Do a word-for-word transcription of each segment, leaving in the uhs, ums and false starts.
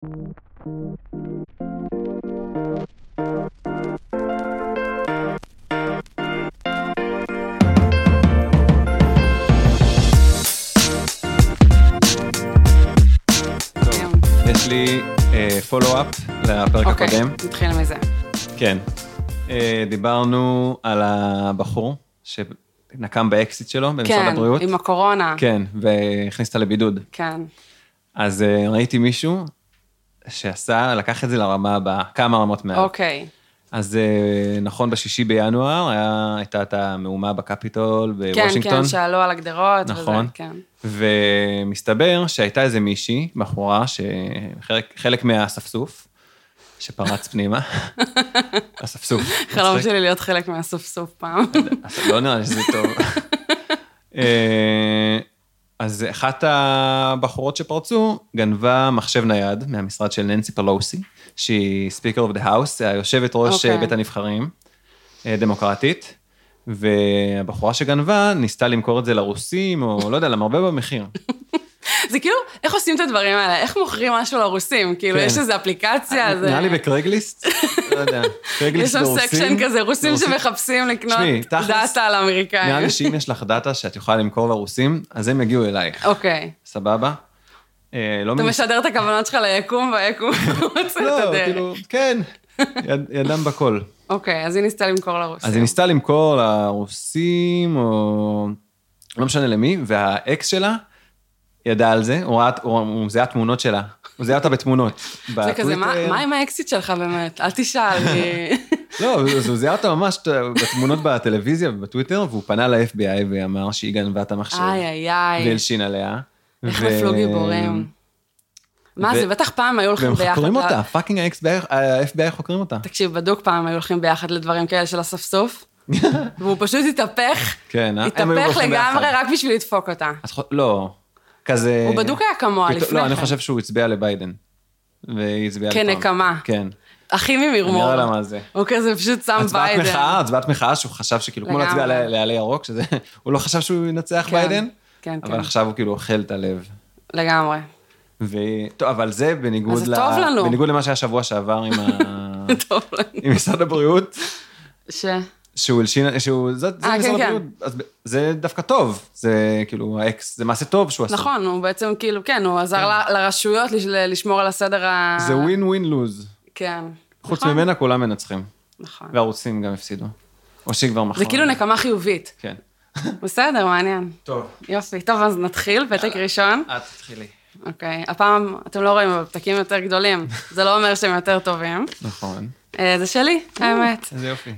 יש לי פולו-אפ לפרק הקודם. אוקיי, נתחיל מזה. כן. דיברנו על הבחור שנקם באקסיט שלו במשרד הבריאות. כן, עם הקורונה. כן, והכניס אותה לבידוד. כן. אז ראיתי מישהו שעשה, לקח את זה לרמה הבאה, כמה רמות מעל. אוקיי. אז נכון, בשישי בינואר, הייתה את המהומה בקפיטול בוושינגטון. כן, כן, שעלו על הגדרות. נכון. וזה, כן. ומסתבר שהייתה איזה מישהי, בחורה, שחלק מהספסוף, שפרץ פנימה, הספסוף. חלום שלי להיות חלק מהספסוף פעם. לא נראה לי שזה טוב. אז אחת הבחורות שפרצו, גנבה מחשב נייד מהמשרד של ננסי פלוסי, שהיא ספיקר אוף דה האוס, היושבת ראש בית הנבחרים, דמוקרטית, והבחורה שגנבה ניסתה למכור את זה לרוסים, או לא יודע, למרבה במחיר. זה כאילו, איך עושים את הדברים האלה? איך מוכרים משהו לרוסים? כאילו, יש איזו אפליקציה? נראה לי בקרגליסט, לא יודע, קרגליסט ברוסים. יש שם סקשן כזה, רוסים שמחפשים לקנות דאטה על האמריקאים. נראה לי שאם יש לך דאטה שאת יכולה למכור לרוסים, אז הם יגיעו אלייך. אוקיי. סבבה? אתה משדר את הכוונות שלך ליקום, והיקום רוצה את הדרך. לא, כאילו, כן, ידם בכל. אוקיי, אז היא ניסתה למכור לרוסים. אז היא ניסתה למכור לרוסים, או לא משנה למי, והאקס שלה ידע על זה, הוא זיהה תמונות שלה, הוא זיהה אותה בתמונות. זה כזה, מה עם האקסיט שלך באמת? אל תשאל. לא, הוא זיהה אותה ממש בתמונות בטלוויזיה ובטוויטר, והוא פנה ל-אף בי איי ואמר שהיא גנבה את המחשב. איי, איי, איי. והלשין עליה. איך נפלו גיבורים. מה זה, בטח פעם היו הולכים ביחד. והם חוקרים אותה, פאקינג ה-אף בי איי חוקרים אותה. תקשיב, בדוק פעם היו הולכים ביחד לדברים כאלה של הספסוף, והוא פשוט התהפך, התהפך לגמרי רק בשביל לדפוק אותה. לא, כזה... הוא בדוק היה כמוה לפני כן. לא, אני חושב שהוא הצביע לביידן. והיא הצביעה לפעם. כנקמה. כן. הכי ממרמור. אני רואה למה זה. הוא כזה פשוט שם ביידן. הצבעת מחאה, הצבעת מחאה שהוא חשב שכאילו, כמו להצביע לעלי ירוק, שזה, הוא לא חשב שהוא ינצח ביידן, כן, כן. אבל עכשיו הוא כאילו אוכל את הלב. לגמרי. טוב, אבל זה בניגוד אז זה טוב לנו. בניגוד למה שהיה שבוע שעבר עם טוב לנו. עם משרד הבריאות. ש... שהוא הלשין, שהוא, זה משרד הבריאות, אז זה דווקא טוב, זה כאילו, האקס, זה מעשה טוב שהוא עשה. נכון, הוא בעצם כאילו, כן, הוא עזר לרשויות לשמור על הסדר ה... זה ווין ווין לוז. כן. חוץ ממנה כולם מנצחים. נכון. והרוסים גם הפסידו. או שהיא כבר מחר. זה כאילו נקמה חיובית. כן. בסדר, מעניין. טוב. יופי, טוב, אז נתחיל, פתק ראשון. את תתחילי. אוקיי, הפעם, אתם לא רואים, אבל פתקים יותר גדולים. זה לא אומר שהם יותר טובים. נכון. זה שלי, האמת. איזה יופי.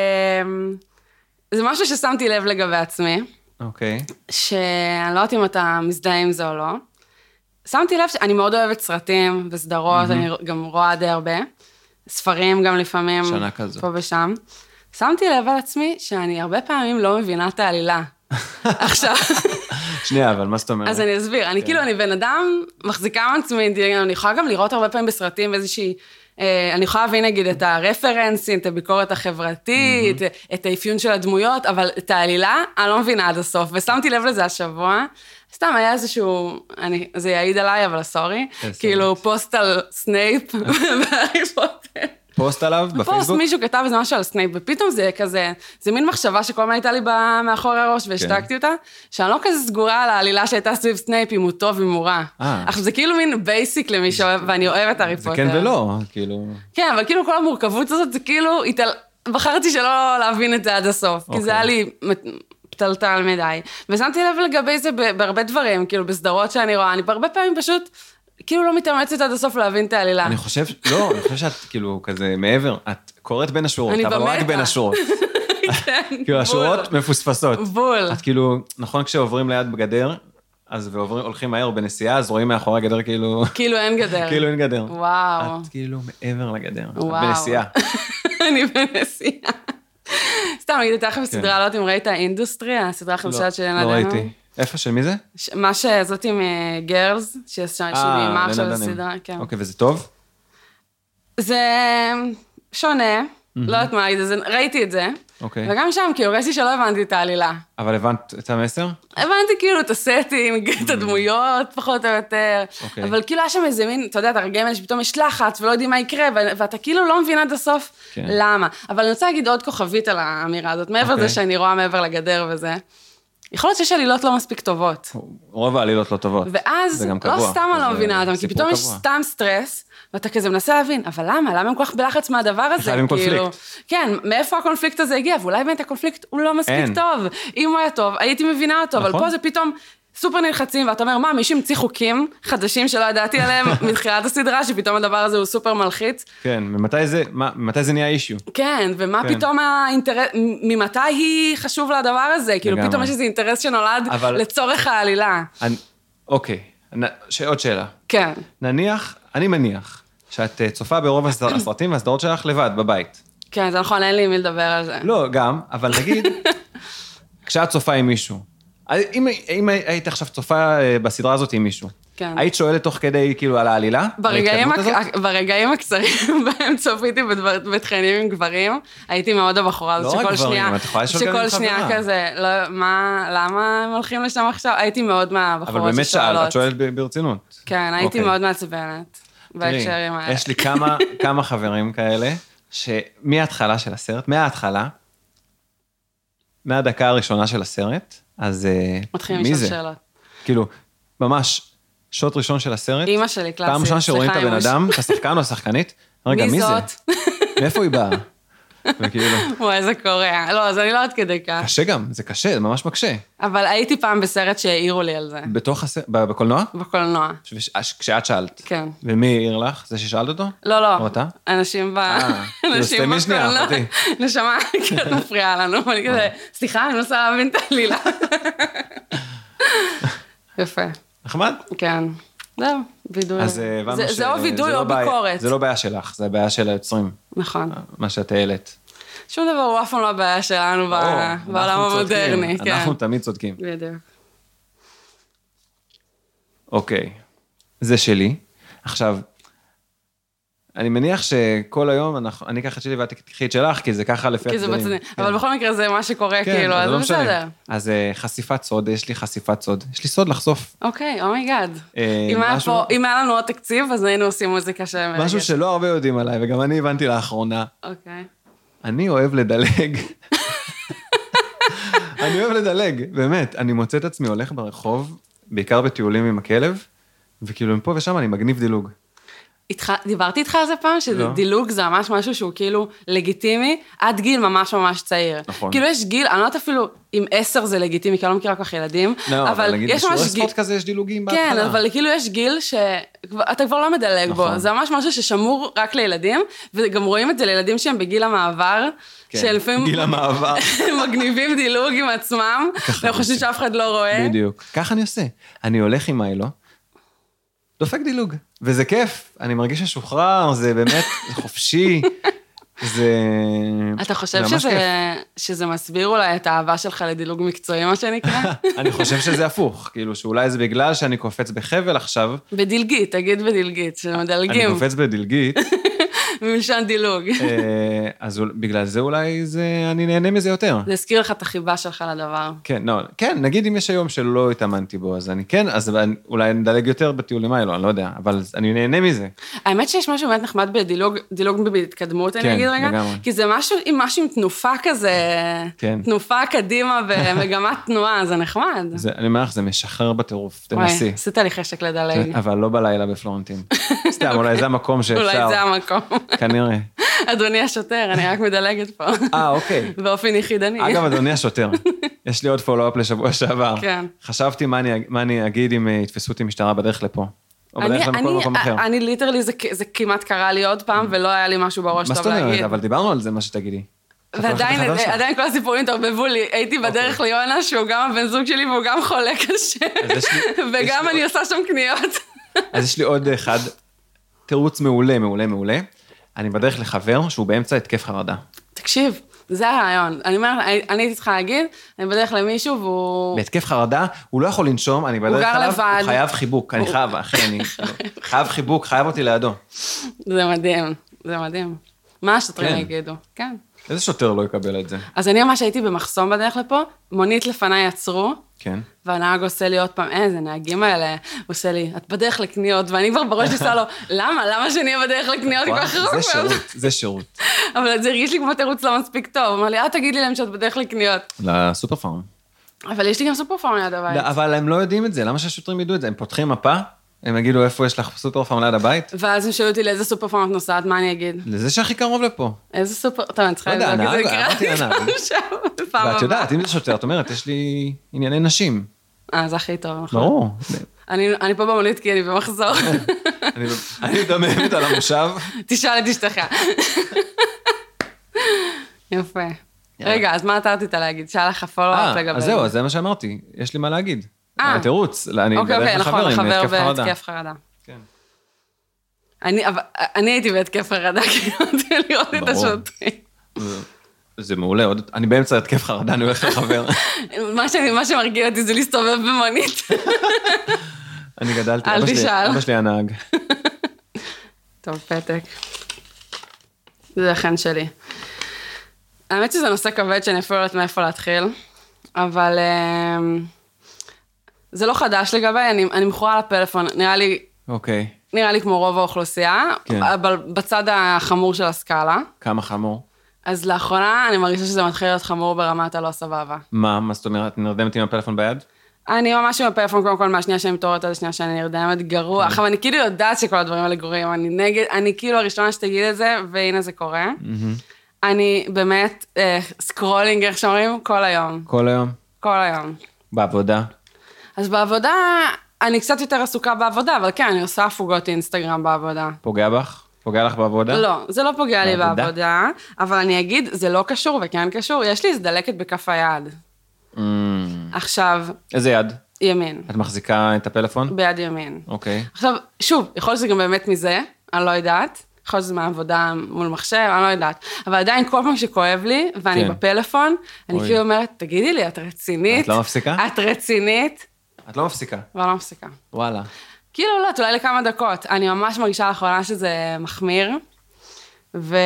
זה משהו ששמתי לב לגבי עצמי. אוקיי. שאני לא יודעת אם אתה מזדהה עם זה או לא. שמתי לב שאני מאוד אוהבת סרטים וסדרות, אני גם רואה די הרבה. ספרים גם לפעמים. שנה כזו. פה ושם. שמתי לב על עצמי שאני הרבה פעמים לא מבינה את העלילה. עכשיו... שנייה, אבל מה זאת אומרת? אז אני אסביר. אני כאילו, אני בן אדם, מחזיקה מעצמי, אני יכולה גם לראות הרבה פעמים בסרטים איזושהי... אני יכולה להבין, נגיד, את הרפרנסים, את הביקורת החברתית, את האפיון של הדמויות, אבל את העלילה, אני לא מבינה עד הסוף, ושמתי לב לזה השבוע. סתם היה איזשהו, זה יעיד עליי, אבל סורי, כאילו פוסט על סנייפ, והארי פוטר. פוסט עליו בפייסבוק? פוסט, מישהו כתב איזה משהו על סנייפ, ופתאום זה כזה, זה מין מחשבה שכל מה הייתה לי מאחורי הראש, והשתקתי אותה, שאני לא כזה סגורה על העלילה שהייתה סביב סנייפ, אם הוא טוב, אם הוא רע. עכשיו, זה כאילו מין בייסיק למי שאוהב, ואני אוהבת הארי פוטר. זה כן ולא, כאילו... כן, אבל כאילו כל המורכבות הזאת, זה כאילו, בחרתי שלא להבין את זה עד הסוף, כי זה היה לי פתלתל מדי. ושמתי לב לגבי זה בהרבה דברים, כאילו בסדרות שאני רואה, אני בהרבה פעמים פשוט כאילו לא מתאמצת עד הסוף להבין את העלילה. אני חושב, לא, אני חושב שאת כאילו כזה מעבר, את קוראת בין השורות, אבל רק בין השורות. כאילו השורות מפוספסות. בול. את כאילו, נכון כשעוברים ליד בגדר, אז והולכים מהר בנסיעה, אז רואים מאחורי הגדר כאילו... כאילו אין גדר. כאילו אין גדר. וואו. את כאילו מעבר לגדר. וואו. את בנסיעה. אני בנסיעה. סתם, נגיד, תכף סדרה, לא יודעת אם ראית האינדוסטרי, הסדרה החדשה של לא ראיתי. איפה, של מי זה? מה שזאת עם גרלס, שהיא מאמר של הסדרה, כן. אוקיי, וזה טוב? זה שונה, לא יודעת מה, ראיתי את זה, אוקיי. וגם שם, כאילו, ראיתי שלא הבנתי את העלילה. אבל הבנת את המסר? הבנתי כאילו את הסטינג, את הדמויות, פחות או יותר, אבל כאילו היה שם איזה מין, אתה יודע, אתה רגעים האלה שפתאום יש לחץ, ולא יודעים מה יקרה, ואתה כאילו לא מבין עד הסוף למה. אבל אני רוצה להגיד עוד כוכבית על האמירה הזאת, מעבר לזה שאני רואה מעבר לגדר וזה, יכול להיות שיש עלילות לא מספיק טובות. רוב העלילות לא טובות. ואז לא סתם אני לא מבינה אותם, כי פתאום יש סתם סטרס, ואתה כזה מנסה להבין, אבל למה? למה הם כל כך בלחץ מהדבר הזה? חייבים קונפליקט. כן, מאיפה הקונפליקט הזה הגיע? ואולי באמת הקונפליקט הוא לא מספיק טוב. אם הוא היה טוב, הייתי מבינה אותו, אבל פה זה פתאום סופר נלחצים, ואתה אומר, מה, מישהו המציא חוקים חדשים שלא ידעתי עליהם מתחילת הסדרה, שפתאום הדבר הזה הוא סופר מלחיץ. כן, ממתי זה, ממתי זה נהיה אישיו? כן, ומה פתאום האינטרס, ממתי היא חשוב לדבר הזה? כאילו פתאום יש איזה אינטרס שנולד לצורך העלילה. אוקיי, עוד שאלה. כן. נניח, אני מניח, שאת צופה ברוב הסרטים והסדרות שלך לבד, בבית. כן, זה נכון, אין לי מי לדבר על זה. לא, גם, אבל נגיד, כשאת צופה עם מישהו, אם, אם היית עכשיו צופה בסדרה הזאת עם מישהו, כן. היית שואלת תוך כדי, כאילו, על העלילה? ברגעים, הק... ברגעים הקצרים, בהם צופיתי בתכנים עם גברים, הייתי מאוד הבחורה הזאת, לא שכל גברים, שנייה, שכל שנייה כזה, לא, מה, למה הם הולכים לשם עכשיו? הייתי מאוד מהבחורות אבל באמת שאל, את שואלת ברצינות. כן, הייתי מאוד מעצבנת, בהקשרים האלה. יש לי כמה, כמה חברים כאלה, שמההתחלה של הסרט, מההתחלה, מהדקה הראשונה של הסרט, אז מתחילים לשאול שאלות. כאילו, ממש, שוט ראשון של הסרט. אמא שלי, קלאסית. פעם ראשונה שרואים את הבן אדם, את השחקן או השחקנית. רגע, מי זה? מאיפה היא באה? וכאילו... וואי, זה קורע. לא, אז אני לא עד כדי כך. קשה גם, זה קשה, זה ממש מקשה. אבל הייתי פעם בסרט שהעירו לי על זה. בתוך הסרט, בקולנוע? בקולנוע. כשאת שאלת. כן. ומי העיר לך? זה ששאלת אותו? לא, לא. או אתה? אנשים ב... אנשים בקולנוע. נשמה, את מפריעה לנו. אני כזה, סליחה, אני מנסה להבין את העלילה. יפה. נחמד? כן. זהו, וידוי. אז הבנו ש... זה או וידוי או ביקורת. זה לא בעיה שלך, זה בעיה של היוצרים. נכון. מה שאת העלית. שום דבר הוא אף פעם לא הבעיה שלנו בעולם המודרני. אנחנו תמיד צודקים. בדיוק. אוקיי. זה שלי. עכשיו, אני מניח שכל היום, אני אקח את שלי ואת תקחי את שלך, כי זה ככה לפי הצדדים. כי זה בצדדים. אבל בכל מקרה זה מה שקורה, כאילו, אז זה בסדר. אז חשיפת סוד, יש לי חשיפת סוד. יש לי סוד לחשוף. אוקיי, אומייגאד. אם היה לנו עוד תקציב, אז היינו עושים מוזיקה שמרגשת. משהו שלא הרבה יודעים עליי, וגם אני הבנתי לאחרונה. אוקיי. אני אוהב לדלג. אני אוהב לדלג, באמת. אני מוצא את עצמי הולך ברחוב, בעיקר בטיולים עם הכלב, וכאילו מפה ושם אני מגניב דילוג. דיברתי איתך על זה פעם, שדילוג זה ממש משהו שהוא כאילו לגיטימי, עד גיל ממש ממש צעיר. נכון. כאילו יש גיל, אני לא יודעת אפילו אם עשר זה לגיטימי, כי אני לא מכירה כל כך ילדים, אבל יש ממש גיל... בספורט כזה יש דילוגים בהתחלה. כן, אבל כאילו יש גיל שאתה כבר לא מדלג בו, זה ממש משהו ששמור רק לילדים, וגם רואים את זה לילדים שהם בגיל המעבר, שלפעמים... גיל המעבר. מגניבים דילוג עם עצמם, והם חושבים שאף אחד לא רואה. בדיוק. ככה אני עושה. אני הולך עם מיילו, דופק דילוג, וזה כיף, אני מרגיש משוחרר, זה באמת חופשי, זה... אתה חושב שזה, שזה מסביר אולי את האהבה שלך לדילוג מקצועי, מה שנקרא? אני חושב שזה הפוך, כאילו שאולי זה בגלל שאני קופץ בחבל עכשיו. בדילגית, תגיד בדילגית, שמדלגים. אני קופץ בדילגית. ממשן דילוג. אז בגלל זה אולי זה, אני נהנה מזה יותר. זה הזכיר לך את החיבה שלך לדבר. כן, לא, כן, נגיד אם יש היום שלא התאמנתי בו, אז אני כן, אז אולי נדלג יותר בטיולים האלו, אני לא יודע, אבל אני נהנה מזה. האמת שיש משהו באמת נחמד בדילוג, דילוג בהתקדמות, אני אגיד רגע, כי זה משהו עם משהו עם תנופה כזה, תנופה קדימה ומגמת תנועה, זה נחמד. אני אומר לך, זה משחרר בטירוף, תנסי. עשית לי חשק לדלג. אבל לא בלילה בפלורנטין. סתם, אולי זה המקום שאפשר. אולי זה המקום. כנראה. אדוני השוטר, אני רק מדלגת פה. אה, אוקיי. באופן יחידני. אגב, אדוני השוטר, יש לי עוד פולו-אפ לשבוע שעבר. כן. חשבתי מה אני, מה אני אגיד אם יתפסו אותי משטרה בדרך לפה. או בדרך לכל מקום אחר. אני ליטרלי, זה, זה כמעט קרה לי עוד פעם, ולא היה לי משהו בראש טוב להגיד. מה זאת אומרת? אבל דיברנו על זה, מה שתגידי. ועדיין, עדיין כל הסיפורים התערבבו לי, הייתי בדרך ליונה, שהוא גם הבן זוג שלי, והוא גם חולה קשה, וגם אני עושה שם קניות. אז יש לי עוד אחד, תירוץ מעולה, מעולה, מעולה. אני בדרך לחבר שהוא באמצע התקף חרדה. תקשיב, זה הרעיון. אני אומרת, אני הייתי צריכה להגיד, אני בדרך למישהו והוא... בהתקף חרדה, הוא לא יכול לנשום, אני בדרך עליו, הוא חייב חיבוק. אני חייב, אחי, אני חייב חיבוק, חייב אותי לידו. זה מדהים, זה מדהים. מה השוטרים כן. יגידו? כן. איזה שוטר לא יקבל את זה? אז אני ממש הייתי במחסום בדרך לפה, מונית לפניי עצרו, כן. והנהג עושה לי עוד פעם, איזה נהגים האלה, הוא עושה לי, את בדרך לקניות, ואני כבר בראש ניסה לו, למה? למה שאני אהיה בדרך לקניות? וואו, זה שירות, זה שירות. אבל זה הרגיש לי כמו תירוץ לא מספיק טוב, הוא אמר לי, אה, תגידי להם שאת בדרך לקניות. לסופר פארם. אבל יש לי גם סופר פארם ליד הבית. אבל הם לא יודעים את זה, למה שהשוטרים ידעו את זה? הם פותחים מפה, הם יגידו איפה יש לך סופר פארם ליד הבית? ואז הם שאלו אותי לאיזה סופר פארם את נוסעת, מה אני אגיד? לזה שהכי קרוב לפה. איזה סופר, טוב, אני צריכה לא יודע, לבדוק את זה, הנהג, אמרתי הנהג. ואת יודעת, אם זה שוטר, את אומרת, יש לי ענייני נשים. אה, זה הכי טוב, נכון. ברור. אני פה במונית כי אני במחזור. אני מדממת על המושב. תשאל את אשתך. יפה. רגע, אז מה אתה רצית להגיד? שאלה לך פולו-אפ לגבי... אז זהו, אז זה מה שאמרתי, יש לי מה להגיד. אה. תירוץ, אני אוקיי, בדרך אוקיי, נכון, לחבר עם התקף חבר חרדה. בהתקף חרדה. כן. אני, אבל, אני הייתי בהתקף חרדה, כי רציתי לראות את השוטרים. זה מעולה, עוד, אני באמצע התקף חרדה, אני הולך לחבר. מה שאני, מה שמרגיע אותי זה להסתובב במונית. אני גדלתי, אל אבא שלי- תשאל. אבא שלי הנהג. טוב, פתק. זה החן שלי. האמת שזה נושא כבד שאני אפילו לא יודעת מאיפה להתחיל, אבל אמ, זה לא חדש לגביי, אני, אני מכורה לפלאפון, נראה לי, אוקיי, נראה לי כמו רוב האוכלוסייה, כן. אבל בצד החמור של הסקאלה. כמה חמור. אז לאחרונה אני מרגישה שזה מתחיל להיות חמור ברמת הלא סבבה. מה, מה זאת אומרת, נרדמת עם הפלאפון ביד? אני ממש עם הפלאפון, קודם כל, מהשנייה שאני מתעוררת עד השנייה שאני נרדמת, גרוע. עכשיו, אני כאילו יודעת שכל הדברים האלה גרועים, אני נגד, אני כאילו הראשונה שתגיד את זה, והנה זה קורה. אני באמת, אה, סקרולינג, איך שאומרים, כל היום. כל היום? כל היום. בעבודה? אז בעבודה, אני קצת יותר עסוקה בעבודה, אבל כן, אני עושה הפוגות אינסטגרם בעבודה. פוגע בך? פוגע לך בעבודה? לא, זה לא פוגע לי בעבודה? בעבודה, אבל אני אגיד, זה לא קשור וכן קשור, יש לי איזה דלקת בכף היד. Mm. עכשיו, איזה יד? ימין, את מחזיקה את הפלאפון? ביד ימין. אוקיי. עכשיו, שוב, יכול להיות שזה גם באמת מזה, אני לא יודעת, יכול להיות שזה מהעבודה מול מחשב, אני לא יודעת, אבל עדיין כל פעם שכואב לי, ואני כן. בפלאפון, אני אוי. כאילו אומרת, תגידי לי, את רצינית? את לא מפסיקה? את רצינית? את לא מפסיקה. ואני לא מפסיקה. וואלה. כאילו, לא, אולי לכמה דקות. אני ממש מרגישה לאחרונה שזה מחמיר, ו...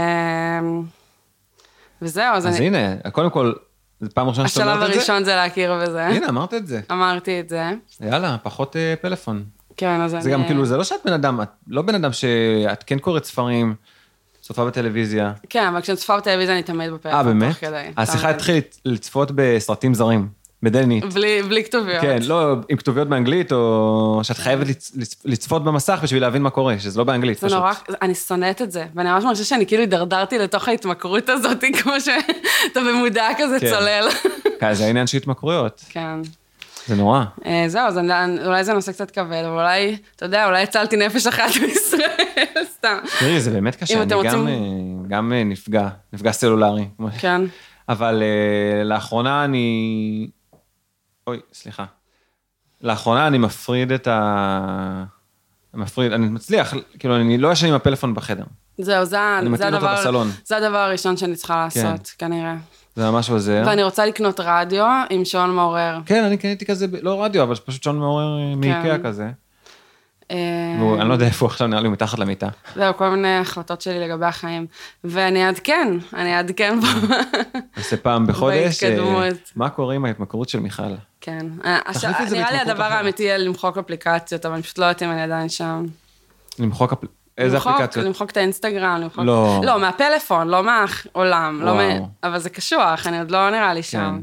וזהו, אז אז אני... הנה, קודם כל, זו פעם ראשונה שאתה השלב אומרת את זה? הראשון זה להכיר בזה. הנה, אמרת את זה. אמרתי את זה. יאללה, פחות אה, פלאפון. כן, אז אני... זה גם כאילו, זה לא שאת בן אדם, את לא בן אדם שאת כן קוראת ספרים, צופה בטלוויזיה. כן, אבל כשאני צופה בטלוויזיה אני תמיד בפלאפון. אה, באמת? תוך כדי. השיחה תמיד. התחילה לצפות בסרטים זרים, בדנית. בלי, בלי כתוביות. כן, לא עם כתוביות באנגלית, או שאת חייבת לצ- לצ- לצפות במסך בשביל להבין מה קורה, שזה לא באנגלית, זה פשוט. נורא, אני שונאת את זה, ואני ממש מרגישה שאני כאילו הידרדרתי לתוך ההתמכרות הזאת, כמו שאתה במודע כזה כן. צולל. כן, זה העניין של התמכרויות, כן. זה נורא. אה, זהו, אז אני- אולי זה נושא קצת כבד, אבל אולי, אתה יודע, אולי הצלתי נפש אחת בישראל, סתם. תראי, זה באמת קשה, אם אני אתם גם, רוצים- אה, גם אה, נפגע, נפגע סלולרי. כן. אבל אה, לאחרונה אני... אוי, סליחה. לאחרונה אני מפריד את ה... מפריד, אני מצליח, כאילו, אני לא ישן עם הפלאפון בחדר. זהו, זה, אני זה מטעין אותו הדבר, בסלון. זה הדבר הראשון שאני צריכה לעשות, כנראה. זה ממש עוזר. ואני רוצה לקנות רדיו עם שעון מעורר. כן, אני קניתי כזה, ב- לא רדיו, אבל פשוט שעון מעורר אה, מאיקאה כזה. אה, והוא- אני לא יודע איפה הוא עכשיו, נראה לי הוא מתחת למיטה. זהו, כל מיני החלטות שלי לגבי החיים. ואני אעדכן, אני אעדכן פה. נעשה פעם בחודש, אה, בהתקדמות. מה קורה עם ההתמכרות של מיכל? כן. אה, הש- את זה נראה לי בהתמכרות הדבר אחרת. האמיתי יהיה למחוק אפליקציות, אבל אני פשוט לא יודעת אם אני עדיין שם. למחוק, אפל- איזה למחוק- אפליקציות? למחוק את האינסטגרם, למחוק... לא. לא, מהפלאפון, לא מהעולם. לא וואו. מה- אבל זה קשוח, אני עוד לא נראה לי שם.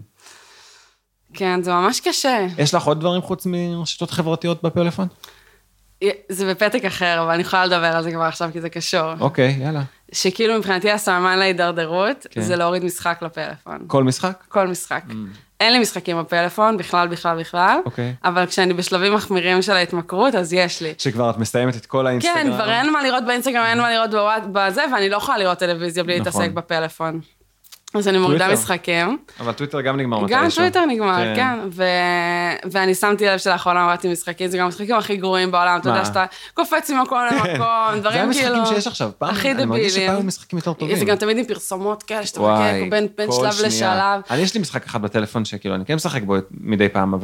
כן, זה ממש קשה. יש לך עוד דברים חוץ מרשתות חברתיות בפלאפון? זה בפתק אחר, אבל אני יכולה לדבר על זה כבר עכשיו, כי זה קשור. אוקיי, יאללה. שכאילו מבחינתי הסממן להידרדרות, כן. זה להוריד משחק לפלאפון. כל משחק? כל משחק. אין לי משחקים בפלאפון, בכלל, בכלל, בכלל. אוקיי. אבל כשאני בשלבים מחמירים של ההתמכרות, אז יש לי. שכבר את מסיימת את כל האינסטגרם. כן, כבר אין מה לראות באינסטגרם, אין מה לראות בוואט- בזה, ואני לא יכולה לראות טלוויזיה בלי נכון. להתעסק בפלאפון. אז אני מורידה טוויטר. משחקים. אבל טוויטר גם נגמר מתישהו. גם טוויטר נגמר, כן. ו... ואני שמתי לב שלאחרונה ראיתי משחקים, זה גם המשחקים הכי גרועים בעולם, אתה יודע מה? שאתה קופץ ממקום למקום, דברים זה המשחקים כאילו... שיש עכשיו. פעם, הכי אני מרגיש דבילים. שפעם היו משחקים יותר טובים. זה גם תמיד עם פרסומות כאלה, שאתה וואי, מחכה בין בין כל שלב שנייה. לשלב. אני יש לי משחק אחד בטלפון שכאילו, אני כן משחק בו מדי פעם, אבל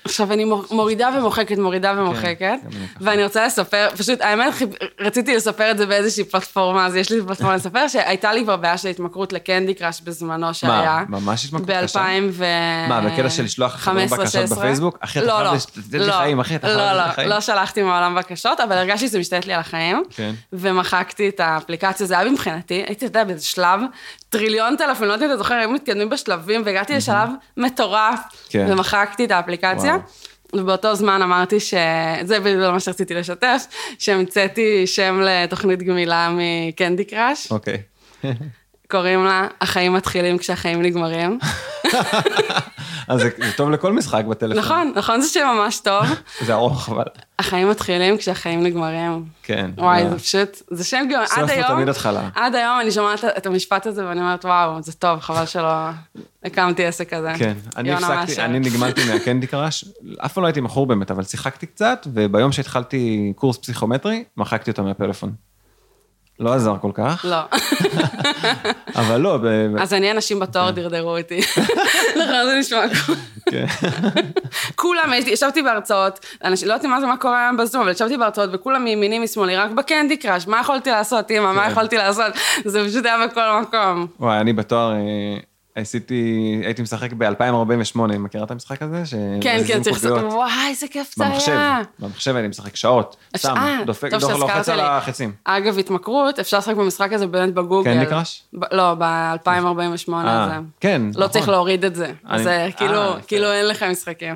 עכשיו אני מורידה ומוחקת, מורידה ומוחקת, ואני רוצה לספר, פשוט, האמת, רציתי לספר את זה באיזושהי פלטפורמה, אז יש לי פלטפורמה לספר, שהייתה לי כבר בעיה של התמכרות לקנדי קראש בזמנו שהיה. מה, ממש התמכרות קשה? ב-אלפיים וחמש עשרה. מה, בקטע של לשלוח חברים בקשות בפייסבוק? אחי, אתה חייב לתת לי חיים, אחי, אתה חייב לתת לי חיים. לא, לא שלחתי מעולם בקשות, אבל הרגשתי שזה משתלט לי על החיים, ומחקתי את האפליקציה, זה היה מבחינתי, הייתי יודעת, באיזה שלב, טריליון טלפון, לא יודעת, אתה זוכר, היינו מתקדמים בשלבים, והגעתי לשלב מטורף, ומחקתי את האפליקציה, ובאותו זמן אמרתי שזה בדיוק מה שרציתי לשתף, שהמצאתי שם לתוכנית גמילה מקנדי קראש. אוקיי. קוראים לה, החיים מתחילים כשהחיים נגמרים. אז זה טוב לכל משחק בטלפון. נכון, נכון, זה שם ממש טוב. זה ארוך, אבל... החיים מתחילים כשהחיים נגמרים. כן. וואי, זה פשוט, זה שם גם, עד היום... סוף תמיד התחלה. עד היום אני שומעת את המשפט הזה, ואני אומרת, וואו, זה טוב, חבל שלא הקמתי עסק כזה. כן, אני הפסקתי, אני נגמלתי מהקנדי קראש, אף פעם לא הייתי מכור באמת, אבל שיחקתי קצת, וביום שהתחלתי קורס פסיכומטרי, מחקתי אותו מהפלאפון. לא עזר כל כך. לא. אבל לא. אז אני אנשים בתואר דרדרו אותי. נכון, זה נשמע כמו. כן. כולם, ישבתי בהרצאות, לא יודעת מה זה מה קורה היום בזום, אבל ישבתי בהרצאות, וכולם מימיני משמאלי, רק בקנדי קראש, מה יכולתי לעשות, אמא, מה יכולתי לעשות? זה פשוט היה בכל מקום. וואי, אני בתואר... עשיתי, הייתי משחק ב-אלפיים ארבעים ושמונה, מכירה את המשחק הזה? כן, כן, צריך לעשות, וואי, איזה כיף זה היה. במחשב הייתי משחק שעות, סתם, דופק, לוחץ על החצים. אגב, התמכרות, אפשר לשחק במשחק הזה באמת בגוגל. כן, נקראש? לא, ב-אלפיים ארבעים ושמונה הזה. כן, לא צריך להוריד את זה, זה כאילו אין לך משחקים.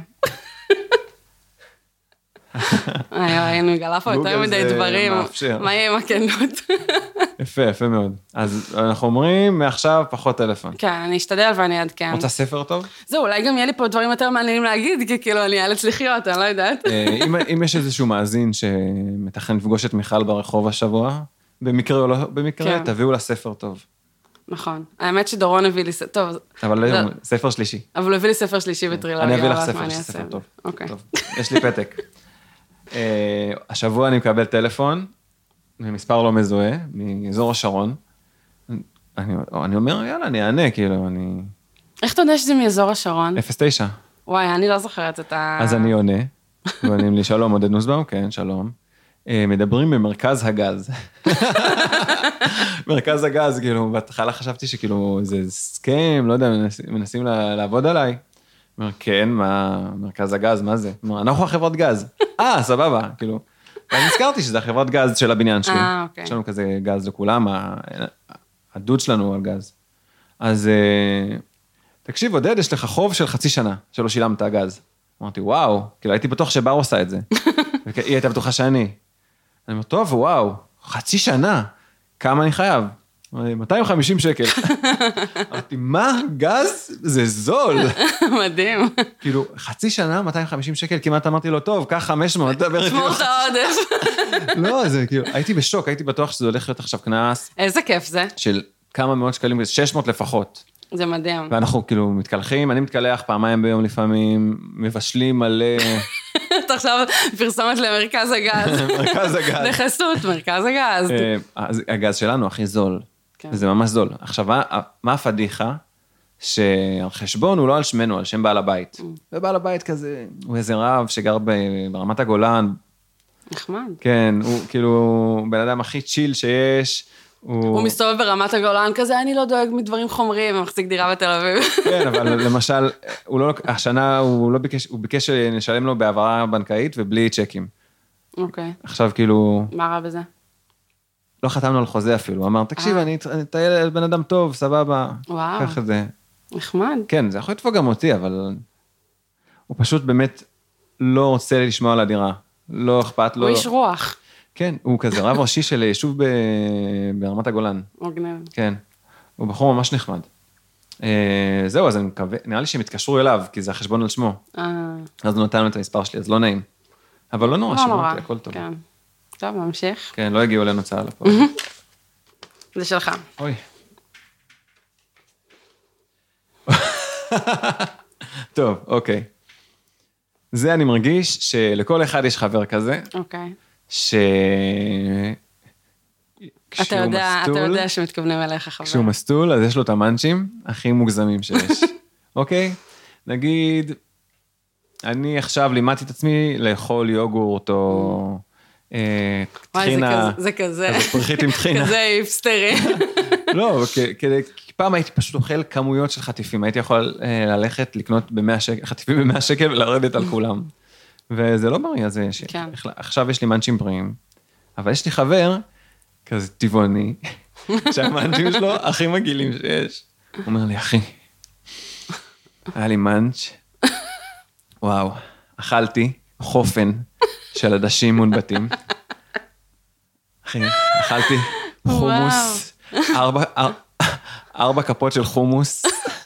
היינו מגלה פה יותר מדי דברים, מה יהיה עם הכנות? יפה, יפה מאוד. אז אנחנו אומרים, מעכשיו פחות טלפון. כן, אני אשתדל ואני אעדכן. רוצה ספר טוב? זהו, אולי גם יהיה לי פה דברים יותר מעניינים להגיד, כי כאילו אני אאלץ לחיות, אני לא יודעת. אם יש איזשהו מאזין שמתכן לפגוש את מיכל ברחוב השבוע, במקרה או לא במקרה, תביאו לה ספר טוב. נכון. האמת שדורון הביא לי ספר, טוב. אבל ספר שלישי. אבל הוא הביא לי ספר שלישי בטרילוגיה. אני אביא לך ספר, ספר טוב. אוקיי. יש לי פתק. השבוע אני מקבל טלפון, ממספר לא מזוהה, מאזור השרון. אני, אני אומר, יאללה, אני אענה, כאילו, אני... איך אתה יודע שזה מאזור השרון? אפס תשע. וואי, אני לא זוכרת את ה... אז אני עונה, ועונים לי, שלום, עודד נוסבאום, כן, שלום. מדברים במרכז הגז. מרכז הגז, כאילו, בהתחלה חשבתי שכאילו, זה סכם, לא יודע, מנסים לעבוד עליי. אומר, כן, מה, מרכז הגז, מה זה? אומר, אנחנו החברת גז. אה, סבבה, כאילו. ואני הזכרתי שזה החברת גז של הבניין שלי. אה, אוקיי. יש לנו כזה גז לכולם, הדוד שלנו על גז. אז, תקשיב, עודד, יש לך חוב של חצי שנה, שלא שילמת הגז. אמרתי, וואו, כאילו, הייתי בטוח שבר עושה את זה. היא הייתה בטוחה שאני. אני אומר, טוב, וואו, חצי שנה, כמה אני חייב? מאתיים וחמישים שקל. אמרתי, מה? גז? זה זול. מדהים. כאילו, חצי שנה, מאתיים וחמישים שקל, כמעט אמרתי לו, טוב, קח חמש מאות. שמור את העודף. לא, זה כאילו, הייתי בשוק, הייתי בטוח שזה הולך להיות עכשיו כנס. איזה כיף זה. של כמה מאות שקלים, שש מאות לפחות. זה מדהים. ואנחנו כאילו מתקלחים, אני מתקלח פעמיים ביום לפעמים, מבשלים מלא... אתה עכשיו פרסומת למרכז הגז. מרכז הגז. לחסות, מרכז הגז. הגז שלנו הכי זול. זה ממש זול. עכשיו, מה הפדיחה? שעל חשבון הוא לא על שמנו, על שם בעל הבית. ובעל הבית כזה, הוא איזה רב שגר ברמת הגולן. נחמד. כן, הוא כאילו בן אדם הכי צ'יל שיש. הוא מסתובב ברמת הגולן כזה, אני לא דואג מדברים חומריים, הוא מחזיק דירה בתל אביב. כן, אבל למשל, השנה הוא לא ביקש, הוא ביקש שנשלם לו בעברה בנקאית ובלי צ'קים. אוקיי. עכשיו כאילו... מה רע בזה? לא חתמנו על חוזה אפילו, הוא אמר, תקשיב, אני אטייל בן אדם טוב, סבבה. וואו. ככה זה. נחמד. כן, זה יכול לתפוג גם אותי, אבל הוא פשוט באמת לא רוצה לשמוע על הדירה. לא אכפת לו. הוא איש רוח. כן, הוא כזה רב ראשי של יישוב ברמת הגולן. מגניב. כן, הוא בחור ממש נחמד. זהו, אז אני מקווה, נראה לי שהם התקשרו אליו, כי זה החשבון על שמו. אז הוא נתן לו את המספר שלי, אז לא נעים. אבל לא נורא, שמעתי, הכל טוב. כן. טוב, ממשיך. כן, לא הגיעו אלינו צהל לפה. זה שלך. אוי. טוב, אוקיי. זה אני מרגיש שלכל אחד יש חבר כזה. אוקיי. ש... אתה יודע, אתה יודע שמתכוונים אליך חבר. כשהוא מסטול, אז יש לו את המאנצ'ים הכי מוגזמים שיש. אוקיי? נגיד, אני עכשיו לימדתי את עצמי לאכול יוגורט או טחינה. זה כזה. כזה פרחית עם טחינה. כזה היפסטרי. לא, כי פעם הייתי פשוט אוכל כמויות של חטיפים, הייתי יכול ללכת לקנות במאה שקל, חטיפים במאה שקל ולרדת על כולם. וזה לא בריא, אז עכשיו יש לי מנצ'ים בריאים, אבל יש לי חבר, כזה טבעוני, שהמנצ'ים שלו הכי מגעילים שיש. הוא אומר לי, אחי, היה לי מנץ', וואו, אכלתי חופן של עדשים מונבטים. אחי, אכלתי חומוס, ארבע, ארבע כפות של חומוס,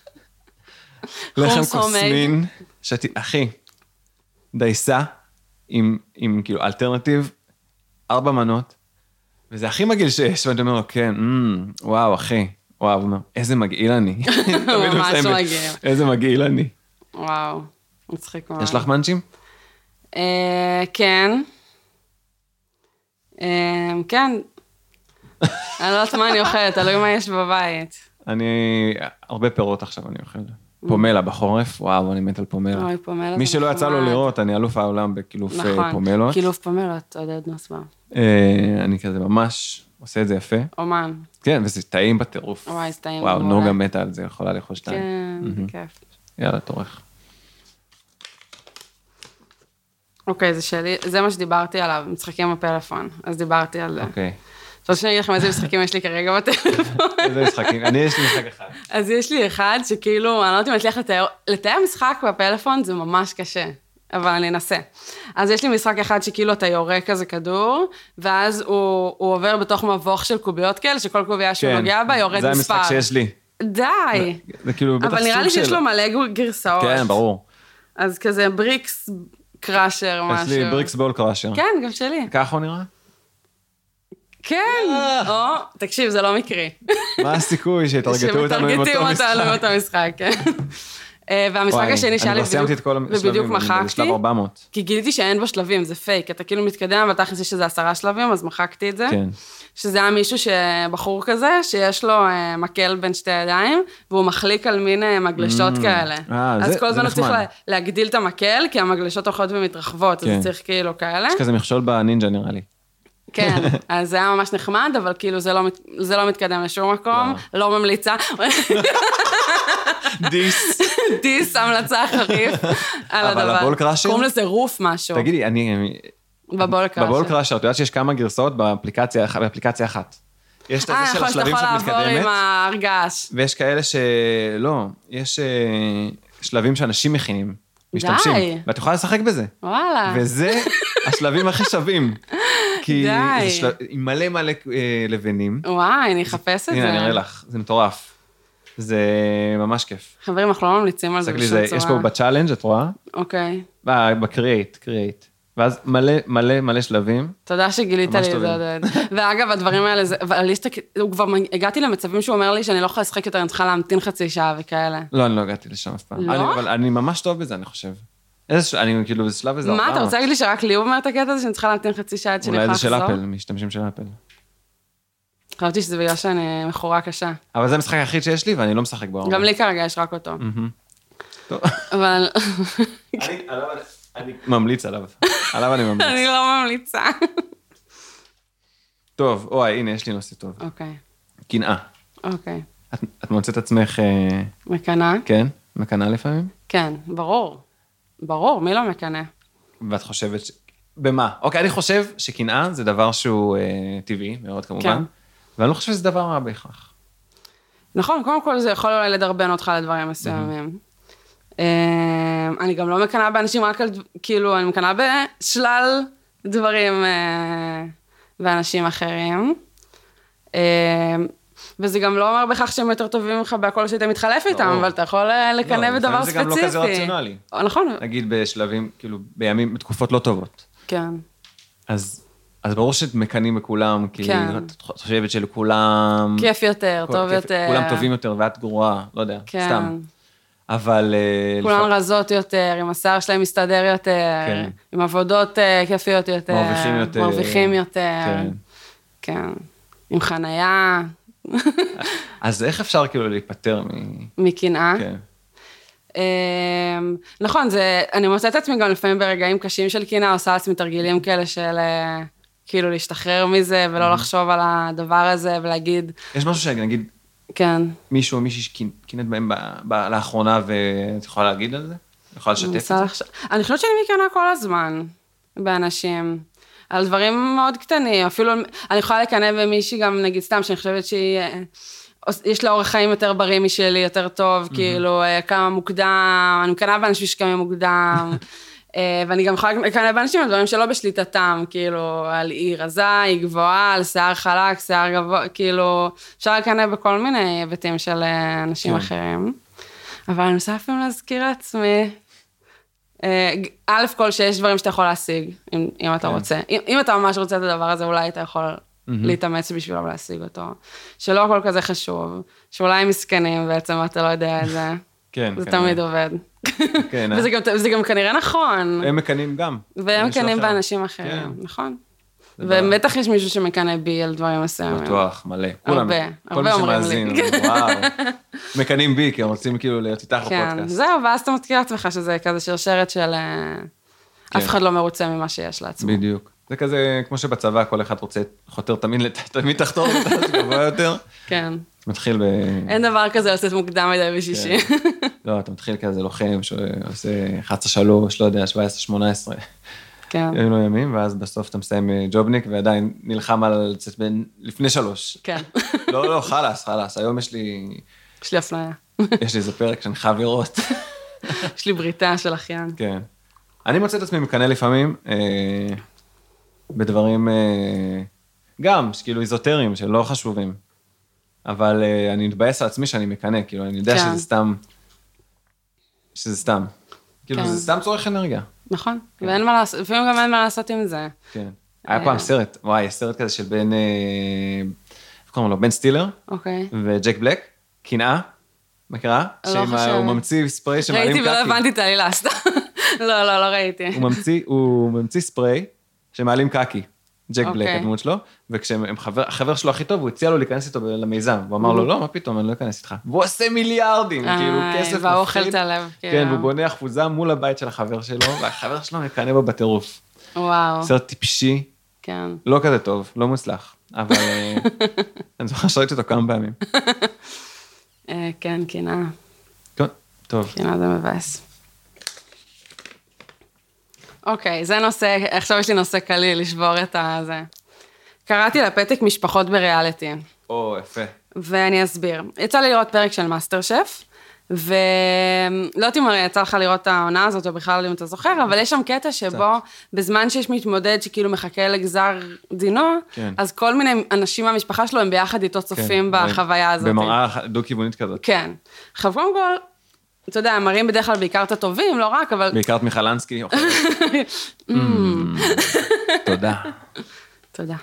לחם קוסמין, שתי, אחי, דייסה, עם, עם כאילו אלטרנטיב, ארבע מנות, וזה הכי מגעיל שיש, ואני אומר לו, כן, וואו, אחי, וואו, הוא אומר, איזה מגעיל אני. ממש מגעיל. איזה מגעיל אני. וואו, מצחיק מאוד. יש לך מנצ'ים? כן. כן. אני לא יודעת מה אני אוכלת, תלוי מה יש בבית. אני, הרבה פירות עכשיו אני אוכל. פומלה בחורף, וואו, אני מת על פומלה. אוי, פומלה. מי שלא יצא לו לראות, אני אלוף העולם בקילוף פומלות. נכון, קילוף פומלות, עודד נוסבה. אני כזה ממש עושה את זה יפה. אומן. כן, וזה טעים בטירוף. וואי, זה טעים. וואו, נוגה מתה על זה, יכולה לאכול שתיים. כן, זה כיף. יאללה, תורך. אוקיי, זה שלי, זה מה שדיברתי עליו, משחקים בפלאפון, אז דיברתי על זה. אוקיי. אתה רוצה שאני אגיד לכם איזה משחקים יש לי כרגע בטלפון? איזה משחקים? אני יש לי משחק אחד. אז יש לי אחד שכאילו, אני לא יודעת אם אצליח לתאר, לתאר משחק בפלאפון זה ממש קשה, אבל אני אנסה. אז יש לי משחק אחד שכאילו אתה יורה כזה כדור, ואז הוא, הוא עובר בתוך מבוך של קוביות כאלה, שכל קוביה שהוא נוגע בה יורד מספר. זה המשחק שיש לי. די. זה כאילו בטח סוג של... אבל נראה לי שיש לו מלא גרסאות. כן, ברור. אז כזה בריקס קראשר משהו. יש לי בריקס בול קראשר. כן, גם שלי. ככה הוא נראה? כן, או, תקשיב, זה לא מקרי. מה הסיכוי שהתרגטו אותנו עם אותו משחק? שמתרגטים אותנו עם אותו משחק, כן. והמשחק השני שהיה לי בדיוק מחקתי, כי גיליתי שאין בו שלבים, זה פייק, אתה כאילו מתקדם, אבל תכלס יש איזה עשרה שלבים, אז מחקתי את זה. שזה היה מישהו שבחור כזה, שיש לו מקל בין שתי ידיים, והוא מחליק על מין מגלשות כאלה. אז כל הזמן הוא צריך להגדיל את המקל, כי המגלשות הולכות ומתרחבות, אז צריך כאילו כאלה. יש כזה מכשול בנינג'ה נראה לי. כן, אז זה היה ממש נחמד, אבל כאילו זה לא, זה לא מתקדם לשום מקום, לא, לא ממליצה. דיס. דיס, המלצה חריף על הדבר. אבל הבול קראשר? קוראים לזה רוף משהו. תגידי, אני... בבול קראשר. בבול קראשר, אתה יודעת שיש כמה גרסאות באפליקציה, באפליקציה אחת. יש את זה של השלבים שאת מתקדמת. אה, יכול לעבור עם ההרגש. ויש כאלה שלא, יש שלבים שאנשים מכינים, משתמשים. די. ואת יכולה לשחק בזה. וואלה. וזה השלבים הכי שווים. כי זה של... עם מלא מלא אה, לבנים. וואי, אני אחפש את זה. הנה, אני אראה לך, זה מטורף. זה ממש כיף. חברים, אנחנו לא ממליצים על זה בשום צורה. יש פה בצ'אלנג', את רואה? אוקיי. בקריאייט, קריאייט. ואז מלא מלא מלא שלבים. תודה שגילית לי את זה. ואגב, הדברים האלה, הוא כבר, הגעתי למצבים שהוא אומר לי שאני לא יכולה לשחק יותר, אני צריכה להמתין חצי שעה וכאלה. לא, אני לא הגעתי לשם אף פעם. לא? אבל אני ממש טוב בזה, אני חושב. אני כאילו בשלב איזה... מה, אתה רוצה להגיד לי שרק לי הוא אומר את הקטע הזה, שאני צריכה להמתין חצי שעה עד שאני יכולה לחזור? אולי זה של אפל, משתמשים של אפל. חשבתי שזה בגלל שאני מכורה קשה. אבל זה המשחק היחיד שיש לי, ואני לא משחק בו. גם לי כרגע יש רק אותו. אבל... אני ממליץ עליו. עליו אני ממליץ. אני לא ממליצה. טוב, אוי, הנה, יש לי נושא טוב. אוקיי. קנאה. אוקיי. את מוצאת עצמך... מקנאה? כן? מקנאה לפעמים? כן, ברור. ברור, מי לא מקנא? ואת חושבת ש... במה? אוקיי, אני חושב שקנאה זה דבר שהוא טבעי, מאוד כמובן. ואני לא חושב שזה דבר רע בהכרח. נכון, קודם כל זה יכול אולי לדרבן אותך לדברים מסוימים. אני גם לא מקנאה באנשים רק על, כאילו, אני מקנאה בשלל דברים ואנשים אחרים. וזה גם לא אומר בכך שהם יותר טובים ממך בהכל שאתה מתחלף איתם, אבל אתה יכול לקנא בדבר ספציפי. זה גם לא כזה רציונלי. נכון. נגיד בשלבים, כאילו, בימים, בתקופות לא טובות. כן. אז... אז ברור שאת מקנים בכולם, כי את חושבת שלכולם... כיף יותר, טוב יותר. כולם טובים יותר, ואת גרועה, לא יודע, סתם. אבל... כולם רזות יותר, עם השיער שלהם מסתדר יותר, עם עבודות כיפיות יותר. מרוויחים יותר. מרוויחים יותר. כן. עם חנייה. אז איך אפשר כאילו להיפטר מ... מקנאה? כן. נכון, זה, אני מוצאת עצמי גם לפעמים ברגעים קשים של קינה, עושה לעצמי תרגילים כאלה של כאילו להשתחרר מזה, ולא לחשוב על הדבר הזה, ולהגיד... יש משהו שנגיד, כן. מישהו או מישהי שקינאת בהם לאחרונה, ואת יכולה להגיד על זה? יכולה לשתף את זה? אני חושבת שאני מקנה כל הזמן באנשים, על דברים מאוד קטנים, אפילו, אני יכולה לקנא במישהי גם, נגיד סתם, שאני חושבת שהיא... יש לה אורח חיים יותר בריא משלי, יותר טוב, כאילו, כמה מוקדם, אני מקנה באנשים שקמים מוקדם, ואני גם יכולה לקנא באנשים על דברים שלא בשליטתם, כאילו, על היא רזה, היא גבוהה, על שיער חלק, שיער גבוה, כאילו, אפשר לקנא בכל מיני היבטים של אנשים אחרים. אבל אני מנסה אפילו להזכיר לעצמי, א' כל שיש דברים שאתה יכול להשיג, אם אתה רוצה. אם אתה ממש רוצה את הדבר הזה, אולי אתה יכול... להתאמץ בשבילו ולהשיג אותו, שלא הכל כזה חשוב, שאולי הם מסכנים בעצם, אתה לא יודע את זה, זה תמיד עובד. וזה גם כנראה נכון. הם מקנים גם. והם מקנים באנשים אחרים, נכון. ובטח יש מישהו שמקנה בי על דברים מסוימים. בטוח, מלא. הרבה, הרבה אומרים לי. וואו. מקנים בי, כי הם רוצים כאילו להיות איתך בפודקאסט. כן, זהו, ואז אתה מתקיע עצמך שזה כזה שרשרת של אף אחד לא מרוצה ממה שיש לעצמו. בדיוק. זה כזה, כמו שבצבא, כל אחד רוצה, חותר תמיד, תמיד תחתור לתת גבוה יותר. כן. מתחיל ב... אין דבר כזה לצאת מוקדם מדי בשישי. לא, אתה מתחיל כזה לוחם, שעושה אחת עשרה שלוש, לא יודע, שבע עשרה שמונה עשרה. כן. היו לו ימים, ואז בסוף אתה מסיים ג'ובניק, ועדיין נלחם על לצאת בין לפני שלוש. כן. לא, לא, חלאס, חלאס. היום יש לי... יש לי אפליה. יש לי איזה פרק שאני חייב לראות. יש לי בריתה של אחיין. כן. אני מוצא את עצמי מקנא לפעמים, בדברים גם, שכאילו איזוטריים, שלא חשובים. אבל אני מתבאס על עצמי שאני מקנא, כאילו, אני יודע שזה סתם, שזה סתם. כאילו, זה סתם צורך אנרגיה. נכון, ואין מה לעשות, לפעמים גם אין מה לעשות עם זה. כן. היה פעם סרט, וואי, יש סרט כזה של בן, איך קוראים לו? בן סטילר. אוקיי. וג'ק בלק, קנאה, מכירה? לא חושבת. שהוא ממציא ספרי שמעלים קקי. ראיתי ולא הבנתי את העלילה, סתם. לא, לא, לא ראיתי. הוא ממציא ספרי שמעלים קקי. ג'ק בלק, הדמות שלו, וכשהחבר שלו הכי טוב, הוא הציע לו להיכנס איתו למיזם, הוא אמר לו, לא, מה פתאום, אני לא אכנס איתך. והוא עושה מיליארדים, כאילו, כסף מפחיד. והוא אוכל את הלב, כאילו. כן, והוא בונה אחוזה מול הבית של החבר שלו, והחבר שלו מקנא בו בטירוף. וואו. סרט טיפשי, לא כזה טוב, לא מוצלח, אבל אני זוכר שראיתי אותו כמה פעמים. כן, קנאה. כן, טוב. קנאה זה מבאס. אוקיי, זה נושא, עכשיו יש לי נושא קליל, לשבור את הזה. קראתי לפתק משפחות בריאליטי. או, יפה. ואני אסביר. יצא לי לראות פרק של מאסטר שף, ולא יודעת אם יצא לך לראות את העונה הזאת, או בכלל אם אתה זוכר, אבל יש שם קטע שבו, בזמן שיש מתמודד שכאילו מחכה לגזר דינו, אז כל מיני אנשים מהמשפחה שלו, הם ביחד איתו צופים בחוויה הזאת. במראה דו-כיוונית כזאת. כן. עכשיו, קודם כל, אתה יודע, מראים בדרך כלל בעיקר את הטובים, לא רק, אבל... בעיקר את מיכלנסקי. תודה. תודה.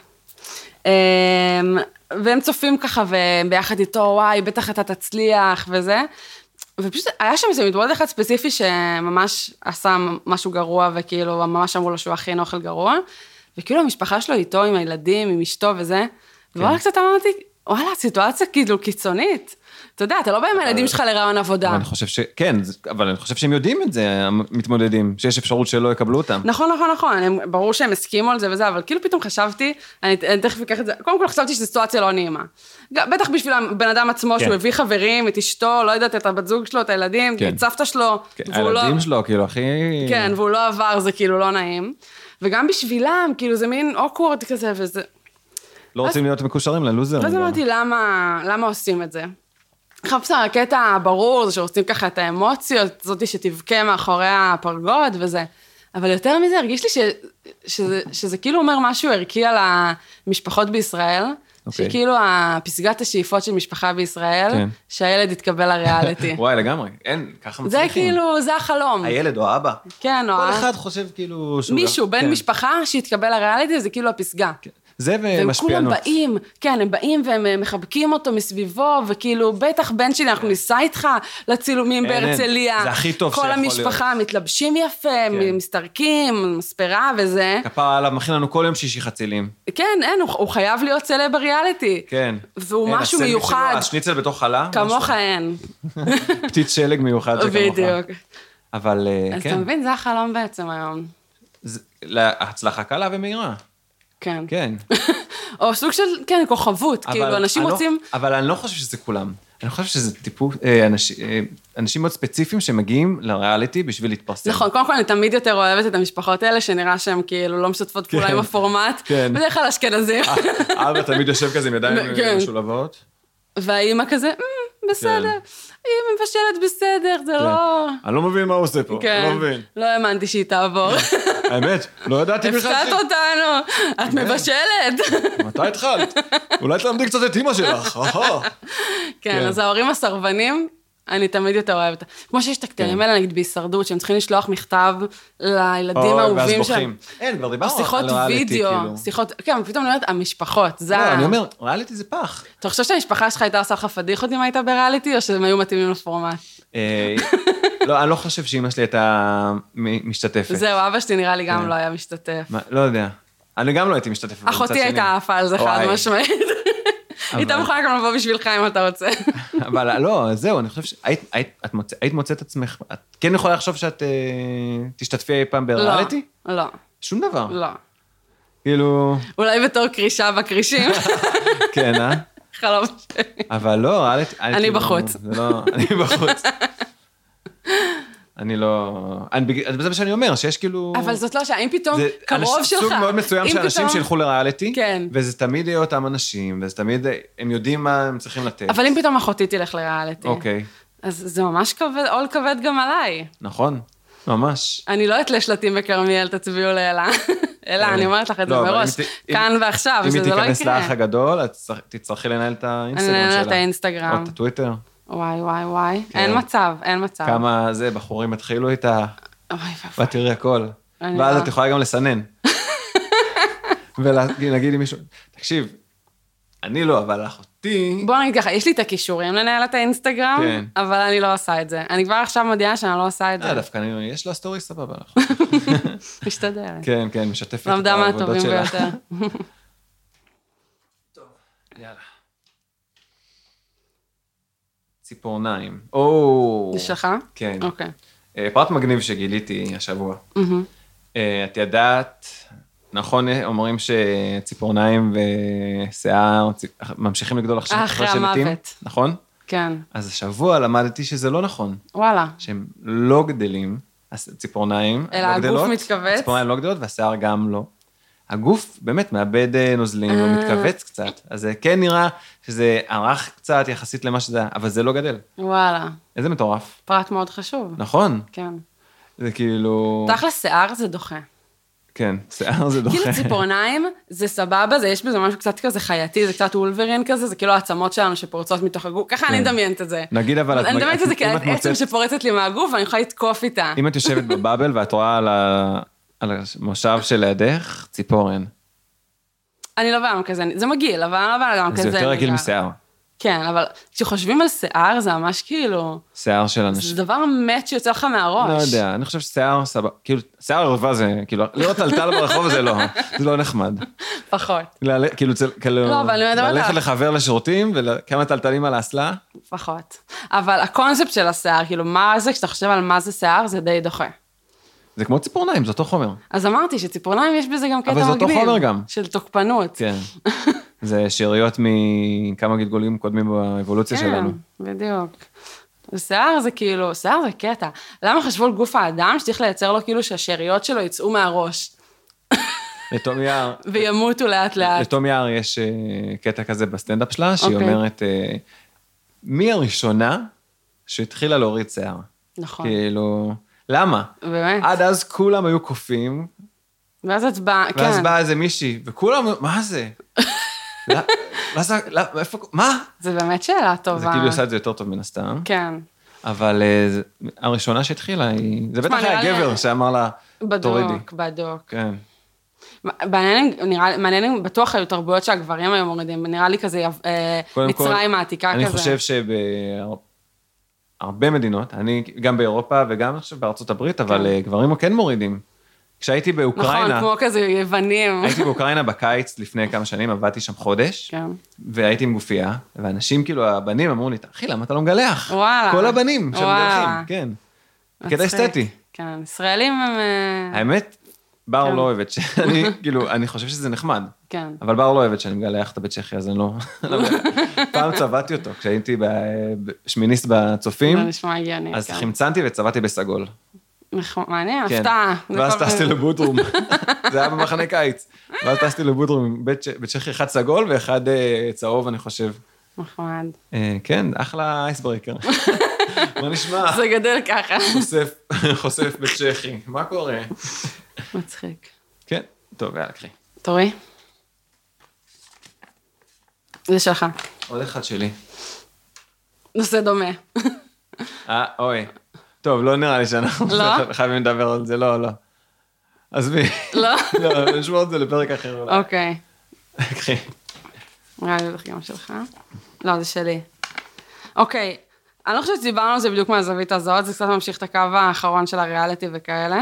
והם צופים ככה, וביחד איתו, וואי, בטח אתה תצליח, וזה. ופשוט היה שם איזה מתמודד אחד ספציפי, שממש עשה משהו גרוע, וכאילו, ממש אמרו לו שהוא הכי נאכל גרוע, וכאילו המשפחה שלו איתו, עם הילדים, עם אשתו וזה, וואלה, קצת אמרתי, וואלה, סיטואציה כאילו קיצונית. אתה יודע, אתה לא בא עם הילדים שלך לרעיון עבודה. אני חושב ש... כן, אבל אני חושב שהם יודעים את זה, המתמודדים, שיש אפשרות שלא יקבלו אותם. נכון, נכון, נכון, ברור שהם הסכימו על זה וזה, אבל כאילו פתאום חשבתי, אני תכף אקח את זה, קודם כל חשבתי שזו סיטואציה לא נעימה. בטח בשביל הבן אדם עצמו, שהוא הביא חברים, את אשתו, לא יודעת, את הבת זוג שלו, את הילדים, את סבתא שלו. הילדים שלו, כאילו, הכי... כן, והוא לא עבר, זה כאילו לא נעים. וגם בשבילם, כאילו, זה מין אוקוורד כזה, וזה... לא רוצים להיות מקושרים ללוזר. אז אמרתי, למה, למה עושים את זה? עכשיו בסדר, הקטע הברור זה שרוצים ככה את האמוציות, זאתי שתבכה מאחורי הפרגוד וזה. אבל יותר מזה, הרגיש לי ש, שזה, שזה כאילו אומר משהו ערכי על המשפחות בישראל, okay. שכאילו הפסגת השאיפות של משפחה בישראל, כן. שהילד יתקבל לריאליטי. וואי, לגמרי, אין, ככה מצליחים. זה כאילו, זה החלום. הילד או האבא. כן, או... כל אחד חושב כאילו... מישהו, בן כן. משפחה שיתקבל לריאליטי, זה כאילו הפסגה. כן. זה ומשפיענות. והם כולם באים, כן, הם באים והם מחבקים אותו מסביבו, וכאילו, בטח בן שלי, אנחנו ניסע איתך לצילומים בהרצליה. זה הכי טוב שיכול להיות. כל המשפחה מתלבשים יפה, מסתרקים, מספרה וזה. כפרה עליו, מכין לנו כל יום שישי חצילים. כן, אין, הוא חייב להיות סלב בריאליטי. כן. והוא משהו מיוחד. השניצל בתוך חלה. כמוך אין. פתית שלג מיוחד שכמוך. בדיוק. אבל, כן. אז אתה מבין, זה החלום בעצם היום. להצלחה קלה ומהירה. כן. כן. או סוג של, כן, כוכבות, כאילו, אנשים רוצים... אבל אני לא חושב שזה כולם. אני חושב שזה טיפול, אנשים מאוד ספציפיים שמגיעים לריאליטי בשביל להתפרסם. נכון, קודם כל אני תמיד יותר אוהבת את המשפחות האלה, שנראה שהם כאילו לא משתפות פעולה עם הפורמט. כן. בדרך כלל אשכנזים. אבא תמיד יושב כזה עם ידיים משולבות. והאימא כזה, בסדר. היא מבשלת בסדר, זה לא... אני לא מבין מה הוא עושה פה, אני לא מבין. לא האמנתי שהיא תעבור. האמת, לא ידעתי בכלל ש... הפתעת אותנו, את מבשלת. מתי התחלת? אולי תלמדי קצת את אמא שלך. כן, אז ההורים הסרבנים, אני תמיד יותר אוהבת. כמו שיש את הקטעים האלה, נגיד בהישרדות, שהם צריכים לשלוח מכתב לילדים האהובים שלהם. אין, כבר דיברנו על ריאליטי, כאילו. שיחות וידאו, שיחות, כן, פתאום אני אומרת, המשפחות, זה... לא, אני אומר, ריאליטי זה פח. אתה חושב שהמשפחה שלך הייתה עושה לך פדיחות אם היית בריאליטי, או שהם היו מתאימים לפורמט? לא, אני לא חושב שאמא שלי הייתה משתתפת. זהו, אבא שלי נראה לי גם לא היה משתתף. לא יודע. אני גם לא הייתי משתתף. אחותי הייתה עפה על זה חד משמעית. הייתה מוכנה גם לבוא בשבילך אם אתה רוצה. אבל לא, זהו, אני חושב שהיית מוצאת עצמך, את כן יכולה לחשוב שאת תשתתפי אי פעם בריאליטי? לא. שום דבר. לא. כאילו... אולי בתור קרישה בקרישים. כן, אה? חלום שלי. אבל לא, ריאליטי... אני בחוץ. אני בחוץ. אני לא... זה מה שאני אומר, שיש כאילו... אבל זאת לא שאם פתאום קרוב שלך... זה סוג מאוד מסוים של אנשים שילכו לריאליטי, כן. וזה תמיד יהיה אותם אנשים, וזה תמיד, הם יודעים מה הם צריכים לתת. אבל אם פתאום אחותי תלך לריאליטי, אוקיי. אז זה ממש כבד, עול כבד גם עליי. נכון, ממש. אני לא אתלה שלטים בכרמיאל, תצביעו לאלה. אלה, אני אומרת לך את זה מראש, כאן ועכשיו, שזה לא יקרה. אם היא תיכנס לאח הגדול, תצטרכי לנהל את האינסטגרם שלה. אני לנהל את האינסטגרם. או את הטוויטר. וואי, וואי, וואי. אין מצב, אין מצב. כמה זה, בחורים התחילו איתה, ותראי הכל. ואז את יכולה גם לסנן. ונגיד עם מישהו, תקשיב, אני לא, אבל אחותי... בוא נגיד ככה, יש לי את הכישורים לנהל את האינסטגרם, אבל אני לא עושה את זה. אני כבר עכשיו מודיעה שאני לא עושה את זה. אה, דווקא, יש לה סטורי סבבה. משתדלת. כן, כן, משתפת את למדה העבודות שלה. מהטובים ביותר. טוב, יאללה. ציפורניים. או... זה שלך? כן. אוקיי. פרט מגניב שגיליתי השבוע. את ידעת, נכון, אומרים שציפורניים ושיער ממשיכים לגדול אחרי שמתים? נכון? כן. אז השבוע למדתי שזה לא נכון. וואלה. שהם לא גדלים, הציפורניים לא גדלות. אלא הגוף מתכווץ. הציפורניים לא גדלות והשיער גם לא. הגוף באמת מאבד נוזלים ומתכווץ קצת, אז זה כן נראה שזה ערך קצת יחסית למה שזה, אבל זה לא גדל. וואלה. איזה מטורף. פרט מאוד חשוב. נכון. כן. זה כאילו... תכל'ס שיער זה דוחה. כן, שיער זה דוחה. כאילו ציפורניים זה סבבה, זה יש בזה משהו קצת כזה חייתי, זה קצת אולברין כזה, זה כאילו העצמות שלנו שפורצות מתוך הגוף, ככה אני מדמיינת את זה. נגיד אבל... אני מדמיינת את זה כעצם שפורצת לי מהגוף, ואני יכולה לתקוף איתה. אם את יושבת בבאבל ואת רואה על המושב של לידך, ציפורן. אני לא בעם כזה, זה מגעיל, אבל אני לא בעם כזה. זה יותר רגיל משיער. כן, אבל כשחושבים על שיער, זה ממש כאילו... שיער של אנשים. זה דבר מת שיוצא לך מהראש. לא יודע, אני חושב ששיער סבבה, כאילו, שיער ערווה זה, כאילו, לראות טלטל ברחוב זה לא, זה לא נחמד. פחות. כאילו, לא, אבל אני מדברת... ללכת לחבר לשירותים, וכמה טלטלים על האסלה. פחות. אבל הקונספט של השיער, כאילו, מה זה, כשאתה חושב על מה זה שיער, זה די דוחה. זה כמו ציפורניים, זה אותו חומר. אז אמרתי שציפורניים יש בזה גם קטע מגניב. אבל זה אותו חומר גם. של תוקפנות. כן. זה שאריות מכמה גלגולים קודמים באבולוציה שלנו. כן, בדיוק. שיער זה כאילו, שיער זה קטע. למה חשבו על גוף האדם שצריך לייצר לו כאילו שהשאריות שלו יצאו מהראש? לתום יער. וימותו לאט לאט. לתום יער יש קטע כזה בסטנדאפ שלה, שהיא אומרת, מי הראשונה שהתחילה להוריד שיער? נכון. כאילו... למה? באמת. עד אז כולם היו קופים. ואז את באה, כן. ואז באה איזה מישהי, וכולם, מה זה? מה זה, איפה, מה? זה באמת שאלה טובה. זה כאילו עושה את זה יותר טוב מן הסתם. כן. אבל הראשונה שהתחילה, זה בטח היה גבר שאמר לה, תורידי. בדוק, בדוק. כן. מעניין, בטוח היו תרבויות שהגברים היו מורידים, נראה לי כזה מצרים העתיקה כזה. אני חושב שבהרבה מדינות, אני גם באירופה וגם אני חושב בארצות הברית, אבל גברים כן מורידים. כשהייתי באוקראינה... נכון, כמו כזה יוונים. הייתי באוקראינה בקיץ לפני כמה שנים, עבדתי שם חודש, והייתי עם גופייה, ואנשים כאילו, הבנים אמרו לי, אחי, למה אתה לא מגלח? וואלה. כל הבנים שמגלחים, כן. כדי אסתטי. כן, ישראלים הם... האמת, בר לא אוהבת שאני, כאילו, אני חושב שזה נחמד. כן. אבל בר לא אוהבת שאני מגלח את הבית צ'כי, אז אני לא... פעם צבעתי אותו, כשהייתי בשמיניסט בצופים. זה נשמע הגיוני. אז חמצנתי וצבעתי בסגול. מעניין, הפתעה. ואז טסתי לבודרום. זה היה במחנה קיץ. ואז טסתי לבודרום, בצ'כי אחד סגול ואחד צהוב, אני חושב. נחמד. כן, אחלה אייסברקר. מה נשמע? זה גדל ככה. חושף בצ'כי. מה קורה? מצחיק. כן, טוב, יאללה, קחי. תורי. זה שלך. עוד אחד שלי. נושא דומה. אה, אוי. טוב, לא נראה לי שאנחנו חייבים לדבר על זה, לא, לא. עזבי. לא? לא, נשמור את זה לפרק אחר. אוקיי. קחי. נראה לי זה גם שלך. לא, זה שלי. אוקיי, אני לא חושבת שדיברנו על זה בדיוק מהזווית הזאת, זה קצת ממשיך את הקו האחרון של הריאליטי וכאלה.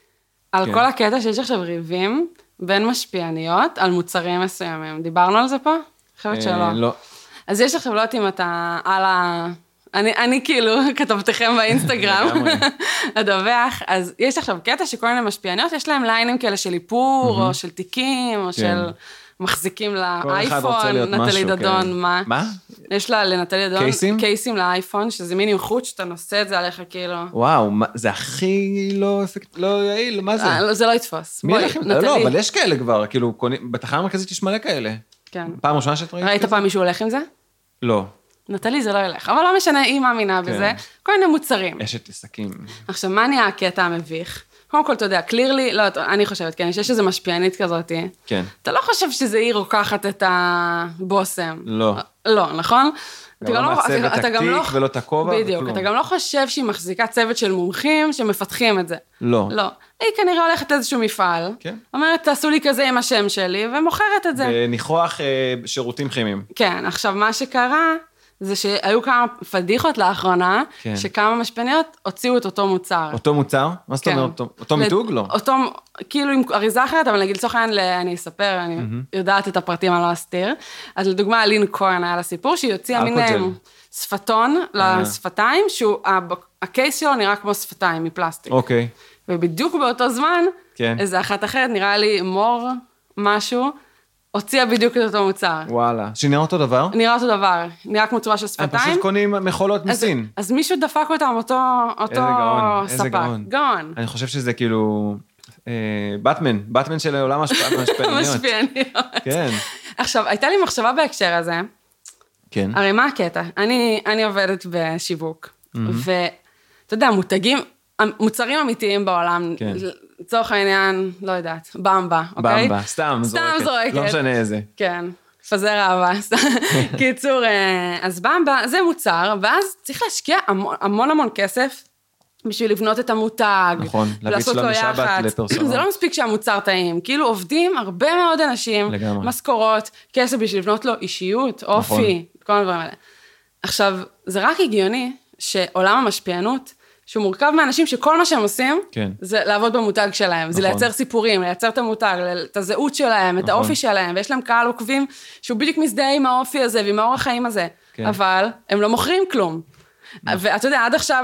על כל הקטע שיש עכשיו ריבים בין משפיעניות על מוצרים מסוימים. דיברנו על זה פה? חושבת שלא. לא. אז יש עכשיו, לא יודעת אם אתה על ה... אני, אני כאילו כתבתכם באינסטגרם, הדווח, אז יש עכשיו קטע שכל מיני משפיעניות, יש להם ליינים כאלה של איפור, או של תיקים, או של מחזיקים לאייפון, נטלי דדון, מה? מה? יש לה לנטלי דדון, קייסים? קייסים לאייפון, שזה מיני חוט שאתה נושא את זה עליך כאילו. וואו, זה הכי לא אפקט, לא יעיל, מה זה? זה לא יתפוס. מי לכם? לא, אבל יש כאלה כבר, כאילו, בתחנה המרכזית יש מלא כאלה. כן. פעם ראשונה שאת ראית? ראית פעם מישהו הולך עם זה? לא. נטלי זה לא ילך, אבל לא משנה, היא מאמינה בזה, כל מיני מוצרים. אשת עסקים. עכשיו, מה נהיה הקטע המביך? קודם כל, אתה יודע, קלירלי, לא, אני חושבת, כן, יש איזו משפיענית כזאת. כן. אתה לא חושב שזה היא רוקחת את הבוסם. לא. לא, נכון? גם לא מעצב את התיק ולא את הכובע. בדיוק, אתה גם לא חושב שהיא מחזיקה צוות של מומחים שמפתחים את זה. לא. לא. היא כנראה הולכת לאיזשהו מפעל, אומרת, תעשו לי כזה עם השם שלי, ומוכרת את זה. וניחוח שירותים כימיים. כן, עכשיו, מה שקרה... זה שהיו כמה פדיחות לאחרונה, כן. שכמה משפעניות הוציאו את אותו מוצר. אותו מוצר? מה זאת אומרת? אותו, אותו מיתוג? לא. אותו, כאילו עם אריזה אחרת, אבל נגיד לצורך העניין, אני אספר, אני mm-hmm. יודעת את הפרטים, אני לא אסתיר. אז לדוגמה, אלין כהן היה לה סיפור, שהיא הוציאה מין שפתון לשפתיים, שהוא, הקייס שלו נראה כמו שפתיים מפלסטיק. אוקיי. ובדיוק באותו זמן, כן. איזה אחת אחרת, נראה לי מור משהו, הוציאה בדיוק את אותו מוצר. וואלה. שנראה אותו דבר? נראה אותו דבר. נראה כמו צורה של שפתיים. הם פשוט קונים מכולות מסין. אז מישהו דפק אותם, אותו ספק. איזה גאון. איזה גאון. גאון. אני חושב שזה כאילו... באטמן. באטמן של עולם המשפיעניות. משפיעניות. כן. עכשיו, הייתה לי מחשבה בהקשר הזה. כן. הרי מה הקטע? אני עובדת בשיווק. ואתה יודע, מותגים, מוצרים אמיתיים בעולם, לצורך העניין, לא יודעת, במבה, אוקיי? במבה, סתם זורקת. סתם זורקת. לא משנה איזה. כן, פזר אהבה. קיצור, אז במבה זה מוצר, ואז צריך להשקיע המון המון כסף, בשביל לבנות את המותג. נכון, להביא שלומי שבת לפרסונה. זה לא מספיק שהמוצר טעים, כאילו עובדים הרבה מאוד אנשים, לגמרי. משכורות, כסף בשביל לבנות לו אישיות, אופי, נכון. כל הדברים האלה. עכשיו, זה רק הגיוני שעולם המשפיענות, שהוא מורכב מאנשים שכל מה שהם עושים, כן. זה לעבוד במותג שלהם, נכון. זה לייצר סיפורים, לייצר את המותג, את הזהות שלהם, נכון. את האופי שלהם, ויש להם קהל עוקבים, שהוא בדיוק מזדהה עם האופי הזה, ועם האורח חיים הזה, כן. אבל הם לא מוכרים כלום. נכון. ואתה יודע, עד עכשיו,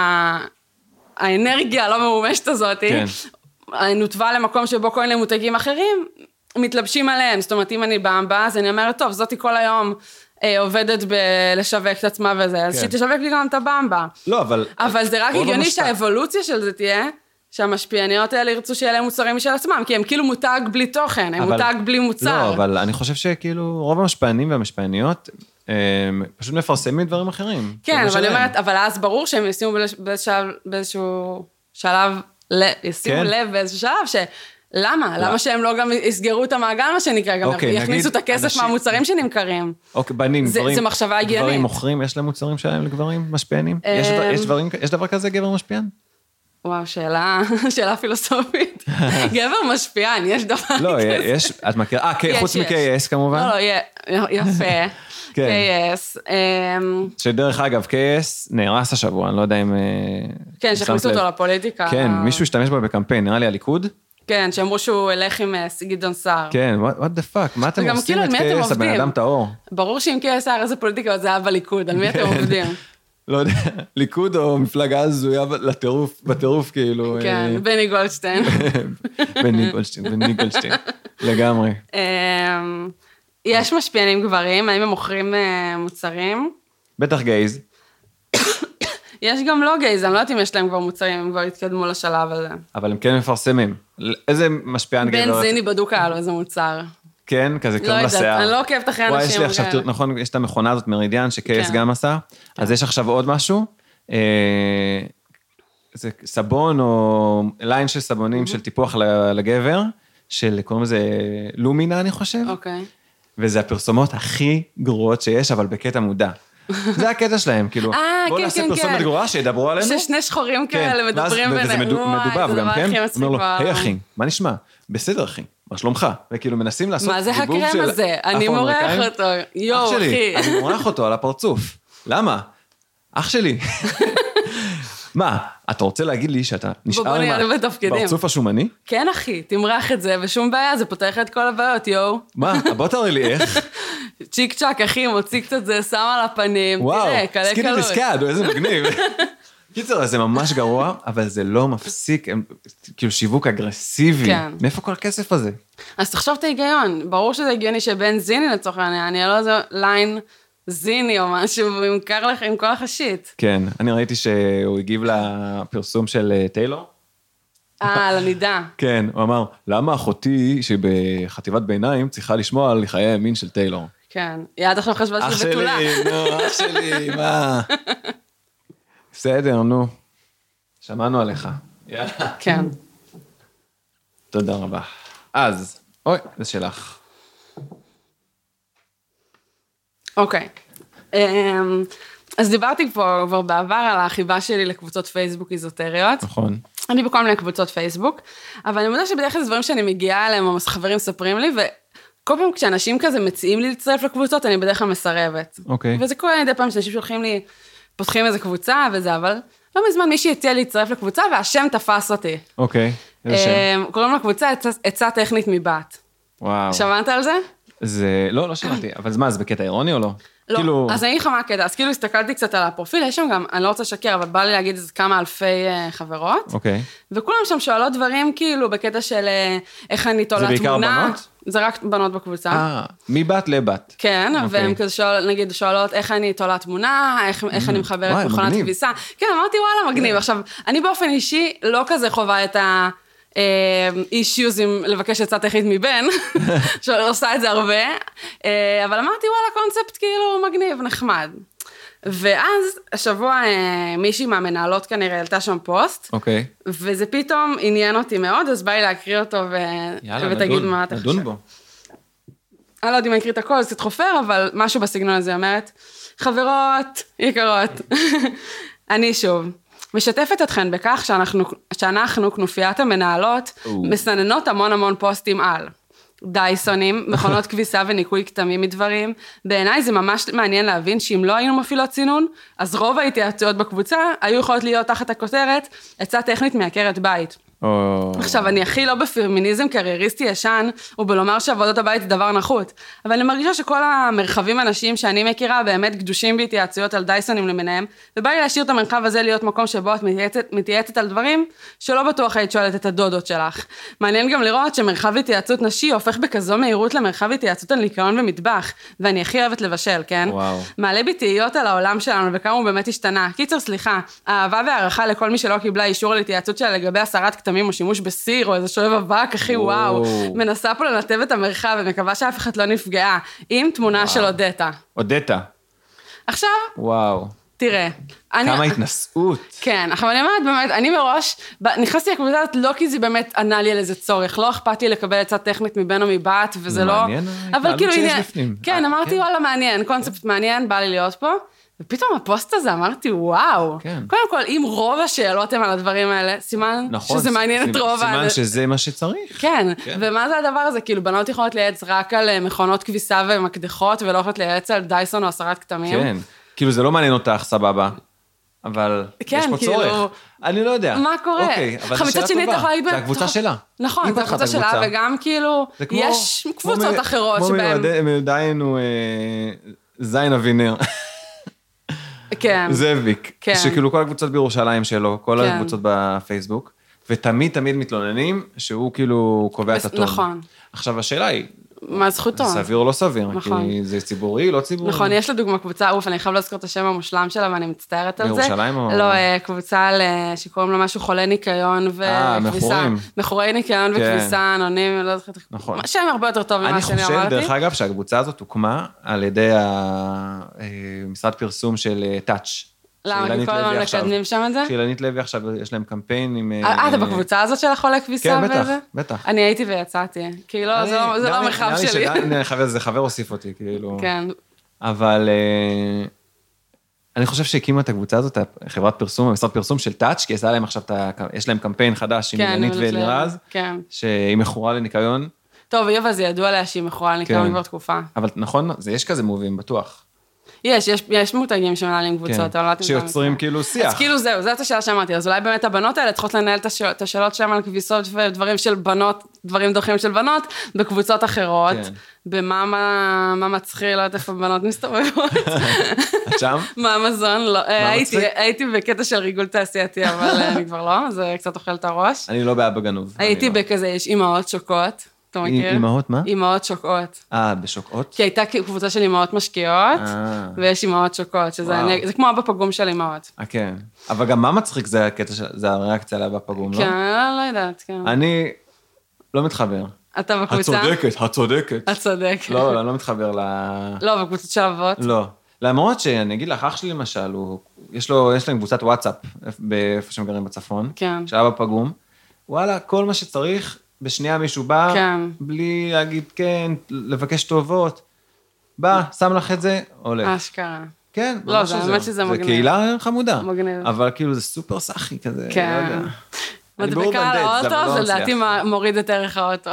האנרגיה הלא ממומשת הזאת, כן. נותבה למקום שבו כל מיני מותגים אחרים, מתלבשים עליהם, זאת אומרת, אם אני במבה, אז אני אומרת, טוב, זאתי כל היום, עובדת בלשווק את עצמה וזה, אז שתשווק לי גם את הבמבה. לא, אבל... אבל זה רק הגיוני שהאבולוציה של זה תהיה, שהמשפיעניות האלה ירצו שיהיה להם מוצרים משל עצמם, כי הם כאילו מותג בלי תוכן, הם מותג בלי מוצר. לא, אבל אני חושב שכאילו רוב המשפיענים והמשפיעניות, פשוט מפרסמים דברים אחרים. כן, אבל אני אומרת, אבל אז ברור שהם ישימו באיזשהו שלב, ישימו לב באיזשהו שלב, ש... למה? למה שהם לא גם יסגרו את המעגל, מה שנקרא, גם יכניסו את הכסף מהמוצרים שנמכרים? אוקיי, בנים, זה מחשבה הגיונית. גברים מוכרים, יש להם מוצרים שלהם לגברים משפיענים? יש דבר כזה גבר משפיען? וואו, שאלה, שאלה פילוסופית. גבר משפיען, יש דבר כזה. לא, יש, את מכירה, אה, חוץ מ-קיי אס כמובן. לא, לא, יפה. קיי אס. שדרך אגב, קיי אס נהרס השבוע, אני לא יודע אם... כן, שהכניסו אותו לפוליטיקה. כן, מישהו השתמש בו בקמפיין, נראה לי הליכוד. כן, שאמרו שהוא הלך עם גדעון סער. כן, what the fuck, מה אתם עושים את קיי אס, הבן אדם טהור? ברור שאם קיי אס היה איזה פוליטיקה, זה היה בליכוד, על מי אתם עובדים? לא יודע, ליכוד או מפלגה הזויה לטירוף, בטירוף כאילו. כן, בני גולדשטיין. בני גולדשטיין, בני גולדשטיין, לגמרי. יש משפיענים גברים, האם הם מוכרים מוצרים? בטח גייז. יש גם לא גייז, אני לא יודעת אם יש להם כבר מוצרים, הם כבר התקדמו לשלב הזה. אבל הם כן מפרסמים. איזה משפיען גבר? בן זיני בדוק היה לו איזה מוצר. כן, כזה קרום לשיער. אני לא עוקבת אחרי אנשים. וואי, יש לי עכשיו, נכון, יש את המכונה הזאת מרידיאן, ש-קיי אס גם עשה, אז יש עכשיו עוד משהו, זה סבון או ליין של סבונים של טיפוח לגבר, של, קוראים לזה לומינה, אני חושב. אוקיי. וזה הפרסומות הכי גרועות שיש, אבל בקטע מודע. זה הקטע שלהם, כאילו, בואו נעשה פרסומת גרועה, שידברו עלינו. ששני שחורים כאלה מדברים ביניהם. וזה מדובב גם, כן? אומר לו, היי אחי, מה נשמע? בסדר אחי, מה שלומך? וכאילו מנסים לעשות מה זה הקרם הזה? אני מורח אותו, יואו אחי. אני מורח אותו על הפרצוף. למה? אח שלי. מה, אתה רוצה להגיד לי שאתה נשאר עם הפרצוף השומני? כן אחי, תמרח את זה, ושום בעיה, זה פותח את כל הבעיות, יואו. מה, בוא תראי לי איך. צ'יק צ'ק, אחי, מוציא קצת זה, שם על הפנים, תראה, קלה קלות. סקיני דיסקאד, איזה מגניב. קיצר, זה ממש גרוע, אבל זה לא מפסיק, כאילו שיווק אגרסיבי. מאיפה כל הכסף הזה? אז תחשוב את ההיגיון, ברור שזה הגיוני שבן זיני לצורך העניין, אני לא איזה ליין זיני או משהו, והוא ימכר לך עם כל החשית. כן, אני ראיתי שהוא הגיב לפרסום של טיילור. אה, לנידה. כן, הוא אמר, למה אחותי שבחטיבת ביניים צריכה לשמוע על חיי הימין של טיילור? כן, היא עד עכשיו חשבה שזה בתולה. אח שלי, נו, אח שלי, מה? בסדר, נו. שמענו עליך. יאללה. כן. תודה רבה. אז, אוי, זה שלך. אוקיי. אז דיברתי פה כבר בעבר על החיבה שלי לקבוצות פייסבוק איזוטריות. נכון. אני בכל מיני קבוצות פייסבוק, אבל אני מודה שבדרך כלל זה דברים שאני מגיעה אליהם, או חברים מספרים לי, וכל פעם כשאנשים כזה מציעים לי להצטרף לקבוצות, אני בדרך כלל מסרבת. אוקיי. וזה קורה מדי פעם שאנשים שולחים לי, פותחים איזה קבוצה וזה, אבל לא מזמן מישהי הציע להצטרף לקבוצה, והשם תפס אותי. אוקיי, איזה שם? קוראים לקבוצה עצה טכנית מבת. וואו. שמעת על זה? זה, לא, לא שמעתי, אבל מה, זה בקטע אירוני או לא? לא, כאילו... אז אני אגיד לך מה הקטע, אז כאילו הסתכלתי קצת על הפרופיל, יש שם גם, אני לא רוצה לשקר, אבל בא לי להגיד איזה כמה אלפי uh, חברות, אוקיי. וכולם שם שואלות דברים כאילו בקטע של uh, איך אני תולה תמונה. זה בעיקר בנות? זה רק בנות בקבוצה. אה, מבת לבת. כן, אוקיי. והן כזה שואל, נגיד שואלות איך אני תולה תמונה, איך, איך אני מחברת מכונת כביסה. כן, אמרתי וואלה מגניב. עכשיו, אני באופן אישי לא כזה חובה את ה... אישיוז עם לבקש עצה טכנית מבן, שעושה את זה הרבה, אבל אמרתי, וואלה, קונספט כאילו מגניב, נחמד. ואז השבוע מישהי מהמנהלות כנראה העלתה שם פוסט, אוקיי. וזה פתאום עניין אותי מאוד, אז בא לי להקריא אותו ותגיד מה אתה חושב. נדון בו. אני לא יודעת אם אני אקריא את הכל, זה קצת חופר, אבל משהו בסגנון הזה אומרת, חברות יקרות, אני שוב. משתפת אתכן בכך שאנחנו, שאנחנו כנופיית המנהלות, מסננות המון המון פוסטים על. דייסונים, מכונות כביסה וניקוי כתמים מדברים. בעיניי זה ממש מעניין להבין שאם לא היינו מפעילות צינון, אז רוב ההתייעצויות בקבוצה היו יכולות להיות תחת הכותרת, עצה טכנית מעקרת בית. עכשיו, אני הכי לא בפמיניזם קרייריסטי ישן, ובלומר שעבודות הבית זה דבר נחות, אבל אני מרגישה שכל המרחבים הנשיים שאני מכירה באמת גדושים בהתייעצויות על דייסונים למיניהם, ובא לי להשאיר את המרחב הזה להיות מקום שבו את מתייעצת, מתייעצת על דברים שלא בטוח היית שואלת את הדודות שלך. מעניין גם לראות שמרחב התייעצות נשי הופך בכזו מהירות למרחב התייעצות על ניקיון ומטבח, ואני הכי אוהבת לבשל, כן? וואו. מעלה בי תהיות על העולם שלנו וכמה הוא באמת השתנה. קיצר, סליחה, אהבה והערכה לכל מי שלא קיבלה אישור על התייעצות שלה לגבי הסרת כתמים או שימוש בסיר או איזה שואב אבק, אחי, וואו. מנסה פה לנתב את המרחב ומקווה שאף אחד לא נפגעה. עם תמונה של אודטה. אודטה. עכשיו, וואו. תראה. כמה התנסות. כן, עכשיו אני אומרת, באמת, אני מראש, נכנסתי לקבוצה הזאת לא כי זה באמת ענה לי על איזה צורך, לא אכפתי לקבל עצה טכנית מבן או מבת, וזה לא... מעניין, ההתנהלות שיש בפנים. כן, אמרתי, וואלה, מעניין, קונספט מעניין, בא לי להיות פה, ופתאום הפוסט הזה אמרתי, וואו. כן. קודם כל, אם רוב השאלות הן על הדברים האלה, סימן נכון, שזה מעניין את רוב... סימן שזה מה שצריך. כן, כן, ומה זה הדבר הזה? כאילו, בנות יכולות לייעץ רק על מכונות כביסה ומקדחות, ולא יכולות לייעץ על דייסון או הסרת כתמים. כן, כאילו זה לא מעניין אותך, סבבה. אבל כן, יש פה כאילו, צורך. אני לא יודע. מה קורה? אוקיי, אבל זו שאלה טובה. זה הקבוצה שלה. נכון, זה הקבוצה שלה, וגם כאילו, יש קבוצות אחרות שבהן... כמו מיודעין הוא זין אבינר. כן. זאביק. שכאילו כל הקבוצות בירושלים שלו, כל הקבוצות בפייסבוק, ותמיד תמיד מתלוננים שהוא כאילו קובע את הטון. נכון. עכשיו השאלה היא, מה זכותו? סביר או לא סביר, נכון. כי זה ציבורי, לא ציבורי. נכון, יש לדוגמה קבוצה, אוף, אני חייב להזכיר את השם המושלם שלה, ואני מצטערת על זה. בירושלים או... לא, קבוצה שקוראים לה משהו חולי ניקיון וכביסה. אה, מכורים. מכורי ניקיון וכביסה, אנונימי, לא זוכרת. נכון. שם הרבה יותר טוב ממה שאני אמרתי. אני חושב, דרך אגב, שהקבוצה הזאת הוקמה על ידי המשרד פרסום של טאץ'. למה? כי כל הזמן מקדמים שם את זה? שאילנית לוי עכשיו, יש להם קמפיין עם... אה, אתה בקבוצה הזאת של החולה כביסה? כן, בטח, בטח. אני הייתי ויצאתי. כאילו, זה לא המרחב שלי. זה חבר הוסיף אותי, כאילו. כן. אבל אני חושב שהקימה את הקבוצה הזאת, חברת פרסום, המשרד פרסום של טאץ', כי יש להם עכשיו, יש להם קמפיין חדש עם אילנית ואלירז, שהיא מכורה לניקיון. טוב, יובה, זה ידוע לה שהיא מכורה לניקיון כבר תקופה. אבל נכון, יש כזה מובים, בטוח. יש, יש, יש מותגים שמנהלים קבוצות, אבל לא... שיוצרים כאילו שיח. אז כאילו זהו, זאת השאלה שאמרתי, אז אולי באמת הבנות האלה צריכות לנהל את השאלות שם על כביסות ודברים של בנות, דברים דוחים של בנות, בקבוצות אחרות, במה מה מצחיק, לא יודעת איפה בנות מסתובבות. את שם? מה מזון, לא, הייתי בקטע של ריגול תעשייתי, אבל אני כבר לא, זה קצת אוכל את הראש. אני לא בעיה בגנוב. הייתי בכזה, יש אימהות שוקות. אתה מכיר? אימהות מה? אימהות שוקעות. אה, בשוקעות? כי הייתה קבוצה של אימהות משקיעות, ויש אימהות שוקעות, שזה כמו אבא פגום של אימהות. אה, כן. אבל גם מה מצחיק זה הקטע, זה הריאקציה לאבא פגום, לא? כן, לא יודעת, כן. אני לא מתחבר. אתה בקבוצה? הצודקת, הצודקת. הצודקת. לא, אני לא מתחבר ל... לא, בקבוצות של אבות? לא. למרות שאני אגיד לך, אח שלי למשל, יש לו, יש להם קבוצת וואטסאפ, באיפה שהם גרים בצפון, של אבא פגום. וואלה, כל מה שצריך, בשנייה מישהו בא, כן. בלי להגיד כן, לבקש טובות, בא, שם לך את זה, הולך. אשכרה. כן, לא, זה האמת שזה מגניב. זה קהילה חמודה. מגניב. אבל כאילו זה סופר סחי כזה, כן. לא יודע. מדבקה על האוטו, זה לדעתי מוריד את ערך האוטו.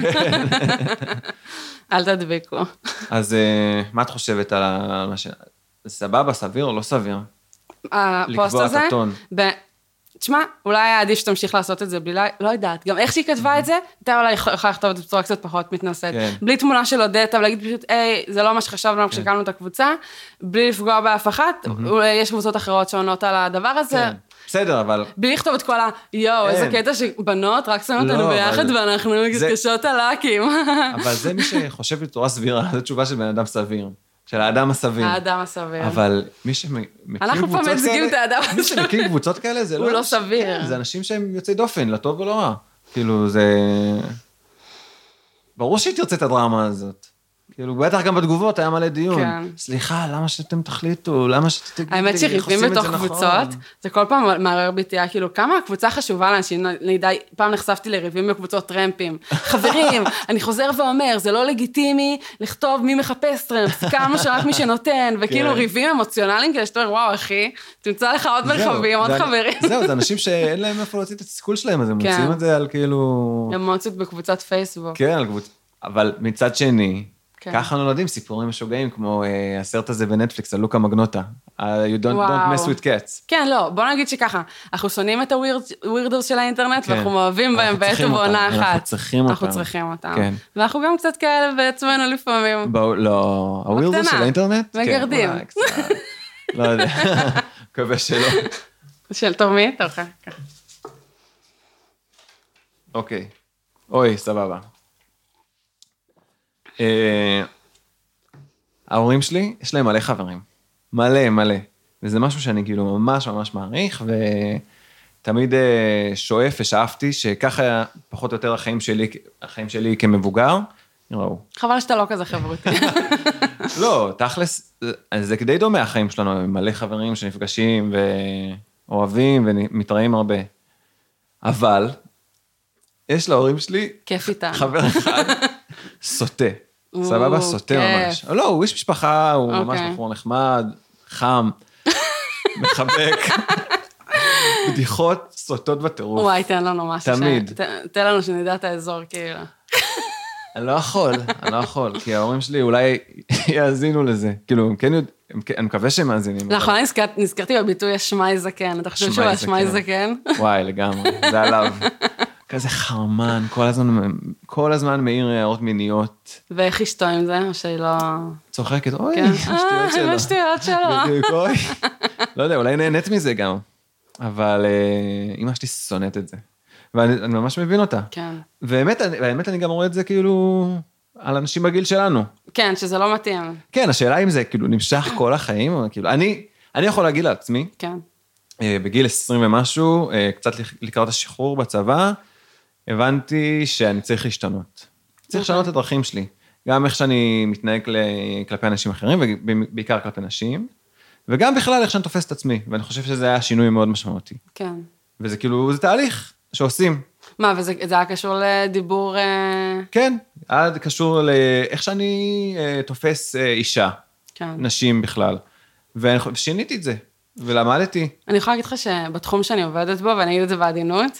אל תדבקו. אז מה את חושבת על מה ש... סבבה, סביר או לא סביר? הפוסט הזה? לקבוע את הטון. תשמע, אולי היה עדיף שתמשיך לעשות את זה בלי, לא יודעת, גם איך שהיא כתבה את זה, אתה אולי יכולה לכתוב את זה בצורה קצת פחות מתנשאת. בלי תמונה של עודתה, ולהגיד פשוט, היי, זה לא מה שחשבנו כשקמנו את הקבוצה, בלי לפגוע באף אחת, אולי יש קבוצות אחרות שעונות על הדבר הזה. בסדר, אבל... בלי לכתוב את כל ה, יואו, איזה קטע שבנות רק שמים אותנו ביחד, ואנחנו מתקשות הלאקים. אבל זה מי שחושב בתורה סבירה, זו תשובה של בן אדם סביר. של האדם הסביר. האדם הסביר. אבל מי שמקים קבוצות כאלה... אנחנו פה מציגים את האדם הסביר. מי שמקים קבוצות כאלה, זה לא... הוא לא סביר. זה אנשים שהם יוצאי דופן, לטוב ולא רע. כאילו, זה... ברור שהיא תרצה את הדרמה הזאת. כאילו, בטח גם בתגובות היה מלא דיון. סליחה, למה שאתם תחליטו? למה שתגידו? האמת שריבים בתוך קבוצות, זה כל פעם מערער ביתיה, כאילו, כמה הקבוצה חשובה לאנשים, פעם נחשפתי לריבים בקבוצות טרמפים. חברים, אני חוזר ואומר, זה לא לגיטימי לכתוב מי מחפש טרמפס, כמה שרק מי שנותן, וכאילו ריבים אמוציונליים, כאלה שאתה אומר, וואו, אחי, תמצא לך עוד מרחבים, עוד חברים. זהו, זה אנשים שאין להם איפה להוציא את הסיכול שלהם, אז הם מוצאים את זה על כאילו... אמוציות בקבוצת פייסבוק. כן, על קבוצ... אבל מצד שני, ככה נולדים סיפורים משוגעים, כמו הסרט הזה בנטפליקס, על לוקה מגנוטה. You don't mess with cats. כן, לא, בוא נגיד שככה, אנחנו שונאים את הווירדוס של האינטרנט, ואנחנו מאוהבים בהם בעת ובעונה אחת. אנחנו צריכים אותם. אנחנו צריכים אותם. ואנחנו גם קצת כאלה בעצמנו לפעמים. לא, הווירדוס של האינטרנט? מגרדים. לא יודע, מקווה שלא. של תורמי, תורך. אוקיי. אוי, סבבה. ההורים שלי, יש להם מלא חברים. מלא, מלא. וזה משהו שאני כאילו ממש ממש מעריך, ותמיד שואף ושאפתי שככה פחות או יותר החיים שלי, החיים שלי כמבוגר, ראו. חבל שאתה לא כזה חברותי. לא, תכלס, זה כדי דומה החיים שלנו, מלא חברים שנפגשים ואוהבים ומתראים הרבה. אבל, יש להורים שלי, כיף איתם. חבר אחד, סוטה. סבבה, סוטה ממש. לא, הוא איש משפחה, הוא ממש בחור נחמד, חם, מחבק, בדיחות סוטות בטירוף. וואי, תן לנו משהו. תמיד. תן לנו שנדע את האזור, כאילו. אני לא יכול, אני לא יכול, כי ההורים שלי אולי יאזינו לזה. כאילו, הם כן יודעים, אני מקווה שהם מאזינים. לאחרונה נזכרתי בביטוי השמאי זקן. אתה חושב שהוא השמאי זקן? וואי, לגמרי, זה עליו. כזה חרמן, כל הזמן, כל הזמן מאיר הערות מיניות. ואיך אשתו עם זה, או שהיא לא... צוחקת, אוי, השטויות שלו. השטויות שלו. בדיוק, אוי. לא יודע, אולי נהנית מזה גם. אבל אמא שלי שונאת את זה. ואני ממש מבין אותה. כן. ובאמת אני גם רואה את זה כאילו על אנשים בגיל שלנו. כן, שזה לא מתאים. כן, השאלה אם זה כאילו נמשך כל החיים, או כאילו, אני, אני יכול להגיד לעצמי, כן. בגיל עשרים ומשהו, קצת לקראת השחרור בצבא, הבנתי שאני צריך להשתנות. צריך לשנות את הדרכים שלי. גם איך שאני מתנהג כלפי אנשים אחרים, ובעיקר כלפי נשים, וגם בכלל איך שאני תופס את עצמי, ואני חושב שזה היה שינוי מאוד משמעותי. כן. וזה כאילו, זה תהליך שעושים. מה, וזה היה קשור לדיבור... כן, היה קשור לאיך שאני תופס אישה, כן. נשים בכלל. ושיניתי את זה, ולמדתי. אני יכולה להגיד לך שבתחום שאני עובדת בו, ואני אגיד את זה בעדינות,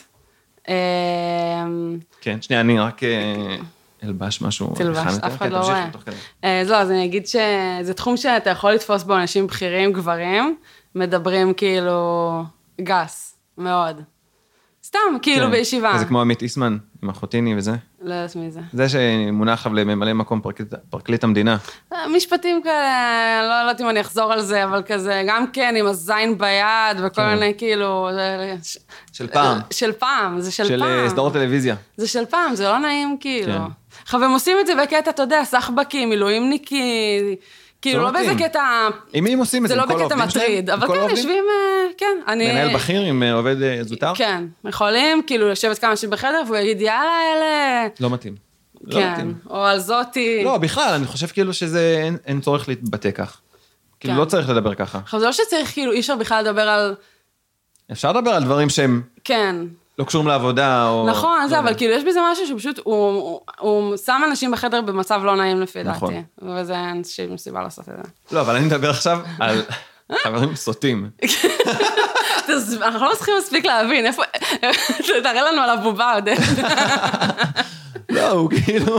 כן, שנייה, אני רק אלבש משהו. תלבש, אף אחד לא רואה. אז לא, אז אני אגיד שזה תחום שאתה יכול לתפוס בו אנשים בכירים, גברים, מדברים כאילו גס, מאוד. סתם, כאילו בישיבה. זה כמו עמית איסמן, עם אחוטיני וזה. לא יודעת מי זה. זה שמונח עכשיו לממלא מקום פרקליט המדינה. משפטים כאלה, לא יודעת אם אני אחזור על זה, אבל כזה, גם כן, עם הזין ביד, וכל מיני כאילו... של פעם. של פעם, זה של פעם. של סדרות טלוויזיה. זה של פעם, זה לא נעים כאילו. עכשיו, הם עושים את זה בקטע, אתה יודע, סחבקים, מילואימניקי, כאילו לא באיזה קטע... עם מי הם עושים את זה? זה לא בקטע מטריד, אבל כן, יושבים, כן, אני... מנהל בכיר עם עובד זוטר? כן, יכולים, כאילו, לשבת כמה אנשים בחדר, והוא יגיד, יאללה, אלה... לא מתאים. כן, או על זאתי... לא, בכלל, אני חושב כאילו שזה, אין צורך להתבטא כך. כאילו, לא צריך לדבר ככה. עכשיו, זה לא שצריך, כאילו, אי אפשר בכלל לדבר על... אפשר לדבר על דברים שהם... כן. לא קשורים לעבודה, או... נכון, זה, אבל כאילו, יש בזה משהו שפשוט, הוא שם אנשים בחדר במצב לא נעים לפי דעתי. וזה אין שום סיבה לעשות את זה. לא, אבל אני מדבר עכשיו על חברים סוטים. אנחנו לא צריכים מספיק להבין, איפה... תראה לנו על הבובה, עודד. לא, הוא כאילו...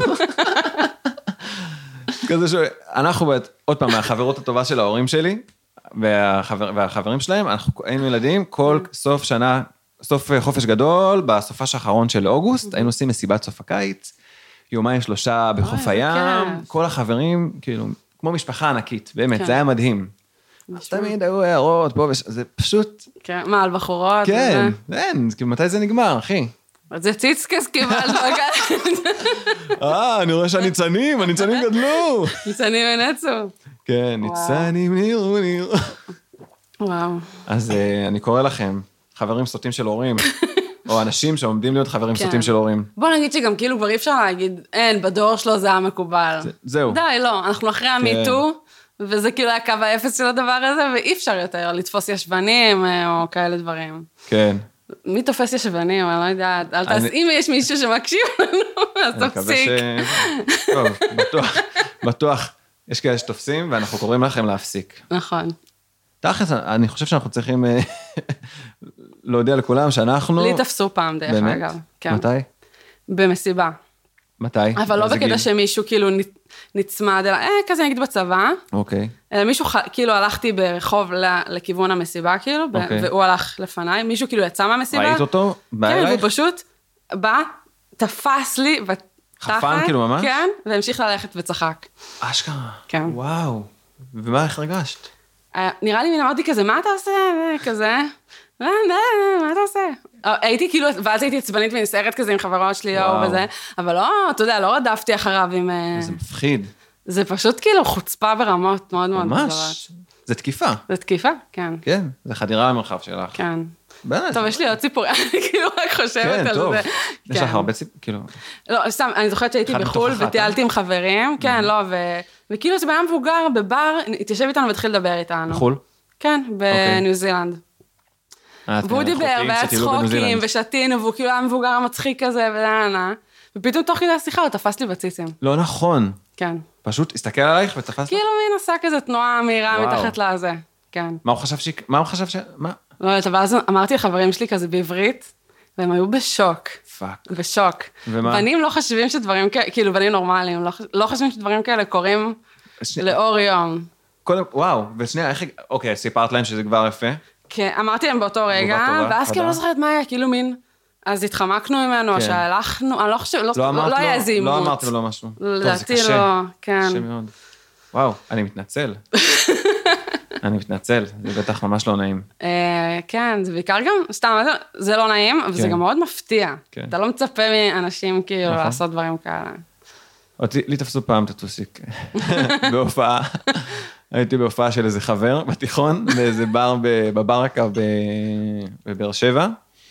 כזה ש... אנחנו, עוד פעם, מהחברות הטובה של ההורים שלי, והחברים שלהם, אנחנו היינו ילדים, כל סוף שנה... סוף חופש גדול, בסופש האחרון של אוגוסט, היינו עושים מסיבת סוף הקיץ, יומיים שלושה בחוף הים, כל החברים, כאילו, כמו משפחה ענקית, באמת, זה היה מדהים. אז תמיד היו הערות, פה וש... זה פשוט... מה, על בחורות? כן, אין, כאילו, מתי זה נגמר, אחי? זה ציצקס קיבלנו, אה, אני רואה שהניצנים, הניצנים גדלו. ניצנים ונצו. כן, ניצנים נראו, נראו. וואו. אז אני קורא לכם, חברים סוטים של הורים, או אנשים שעומדים להיות חברים סוטים של הורים. בוא נגיד שגם כאילו כבר אי אפשר להגיד, אין, בדור שלו זה היה מקובל. זהו. די, לא, אנחנו אחרי המיטו, וזה כאילו היה קו האפס של הדבר הזה, ואי אפשר יותר לתפוס ישבנים, או כאלה דברים. כן. מי תופס ישבנים? אני לא יודעת. אם יש מישהו שמקשיב לנו, אז תפסיק. טוב, בטוח, בטוח. יש כאלה שתופסים, ואנחנו קוראים לכם להפסיק. נכון. תכף, אני חושב שאנחנו צריכים להודיע לכולם שאנחנו... לי תפסו פעם, דרך אגב. מתי? במסיבה. מתי? אבל לא בקטע שמישהו כאילו נצמד, אלא אה, כזה נגיד בצבא. אוקיי. מישהו, כאילו הלכתי ברחוב לכיוון המסיבה, כאילו, והוא הלך לפניי, מישהו כאילו יצא מהמסיבה. ראית אותו? בא אלייך? כן, הוא פשוט בא, תפס לי, חפן כאילו ממש? כן, והמשיך ללכת וצחק. אשכרה. כן. וואו. ומה, איך הרגשת? נראה לי, אמרתי כזה, מה אתה עושה? כזה, מה אתה עושה? הייתי כאילו, ואז הייתי עצבנית ונסערת כזה עם חברות שלי וזה, אבל לא, אתה יודע, לא רדפתי אחריו עם... זה מפחיד. זה פשוט כאילו חוצפה ברמות מאוד מאוד גדולות. ממש. זה תקיפה. זה תקיפה, כן. כן, זה חדירה למרחב שלך. כן. טוב, יש לי עוד סיפור, אני כאילו רק חושבת על זה. כן, טוב. יש לך הרבה סיפור, כאילו... לא, סתם, אני זוכרת שהייתי בחול וטיילתי עם חברים, כן, לא, וכאילו זה בעיה מבוגר בבר, התיישב איתנו והתחיל לדבר איתנו. בחול? כן, בניו זילנד. והוא דיבר, והיה צחוקים, ושתינו, והוא כאילו היה מבוגר המצחיק כזה, ולענה, ופתאום תוך כדי השיחה הוא תפס לי בציצים. לא נכון. כן. פשוט הסתכל עלייך ותפס... כאילו מין עשה כזה תנועה מהירה מתחת לזה. כן. מה הוא חשב ש... מה הוא חשב ש... מה? לא יודעת, אבל אז אמרתי לחברים שלי כזה בעברית, והם היו בשוק. פאק. בשוק. ומה? בנים לא חושבים שדברים כאלה, כאילו בנים נורמליים, לא, לא חושבים שדברים כאלה קורים לאור יום. קודם, וואו, ושנייה, איך... אוקיי, סיפרת להם שזה כבר יפה? כן, אמרתי להם באותו רגע, ואז כאילו לא זוכרת מה היה, כאילו מין, אז התחמקנו ממנו, או שהלכנו, אני לא חושבת, לא היה איזה אימות. לא אמרתם לו משהו. לדעתי לא, כן. קשה מאוד. וואו, אני מתנצל. אני מתנצל, זה בטח ממש לא נעים. כן, זה בעיקר גם, סתם, זה לא נעים, אבל זה גם מאוד מפתיע. אתה לא מצפה מאנשים כאילו לעשות דברים כאלה. לי תפסו פעם את הטוסיק, בהופעה, הייתי בהופעה של איזה חבר בתיכון, באיזה בר בברקה בבאר שבע,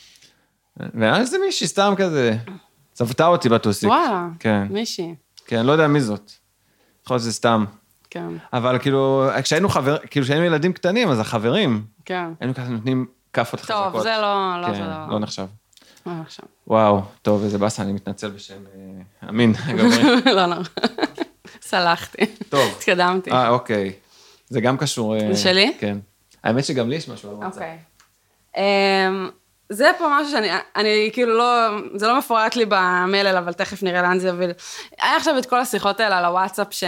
והיה איזה מישהי סתם כזה, צבתה אותי בטוסיק. וואלה, מישהי. כן, לא יודע מי זאת. יכול להיות שזה סתם. כן. אבל כאילו, כשהיינו חבר, כאילו כשהיינו ילדים קטנים, אז החברים, כן. היינו כזה נותנים כפות חזקות. טוב, זה לא, לא, כן, זה לא. לא נחשב. לא נחשב. וואו, טוב, איזה באסה, אני מתנצל בשם אמין, הגברי. לא, לא. סלחתי. טוב. התקדמתי. אה, אוקיי. זה גם קשור... זה שלי? כן. האמת שגם לי יש משהו על וואטסאפ. אוקיי. זה פה משהו שאני, אני כאילו לא, זה לא מפורט לי במלל, אבל תכף נראה לאן זה יוביל. היה עכשיו את כל השיחות האלה על הוואטסאפ ש...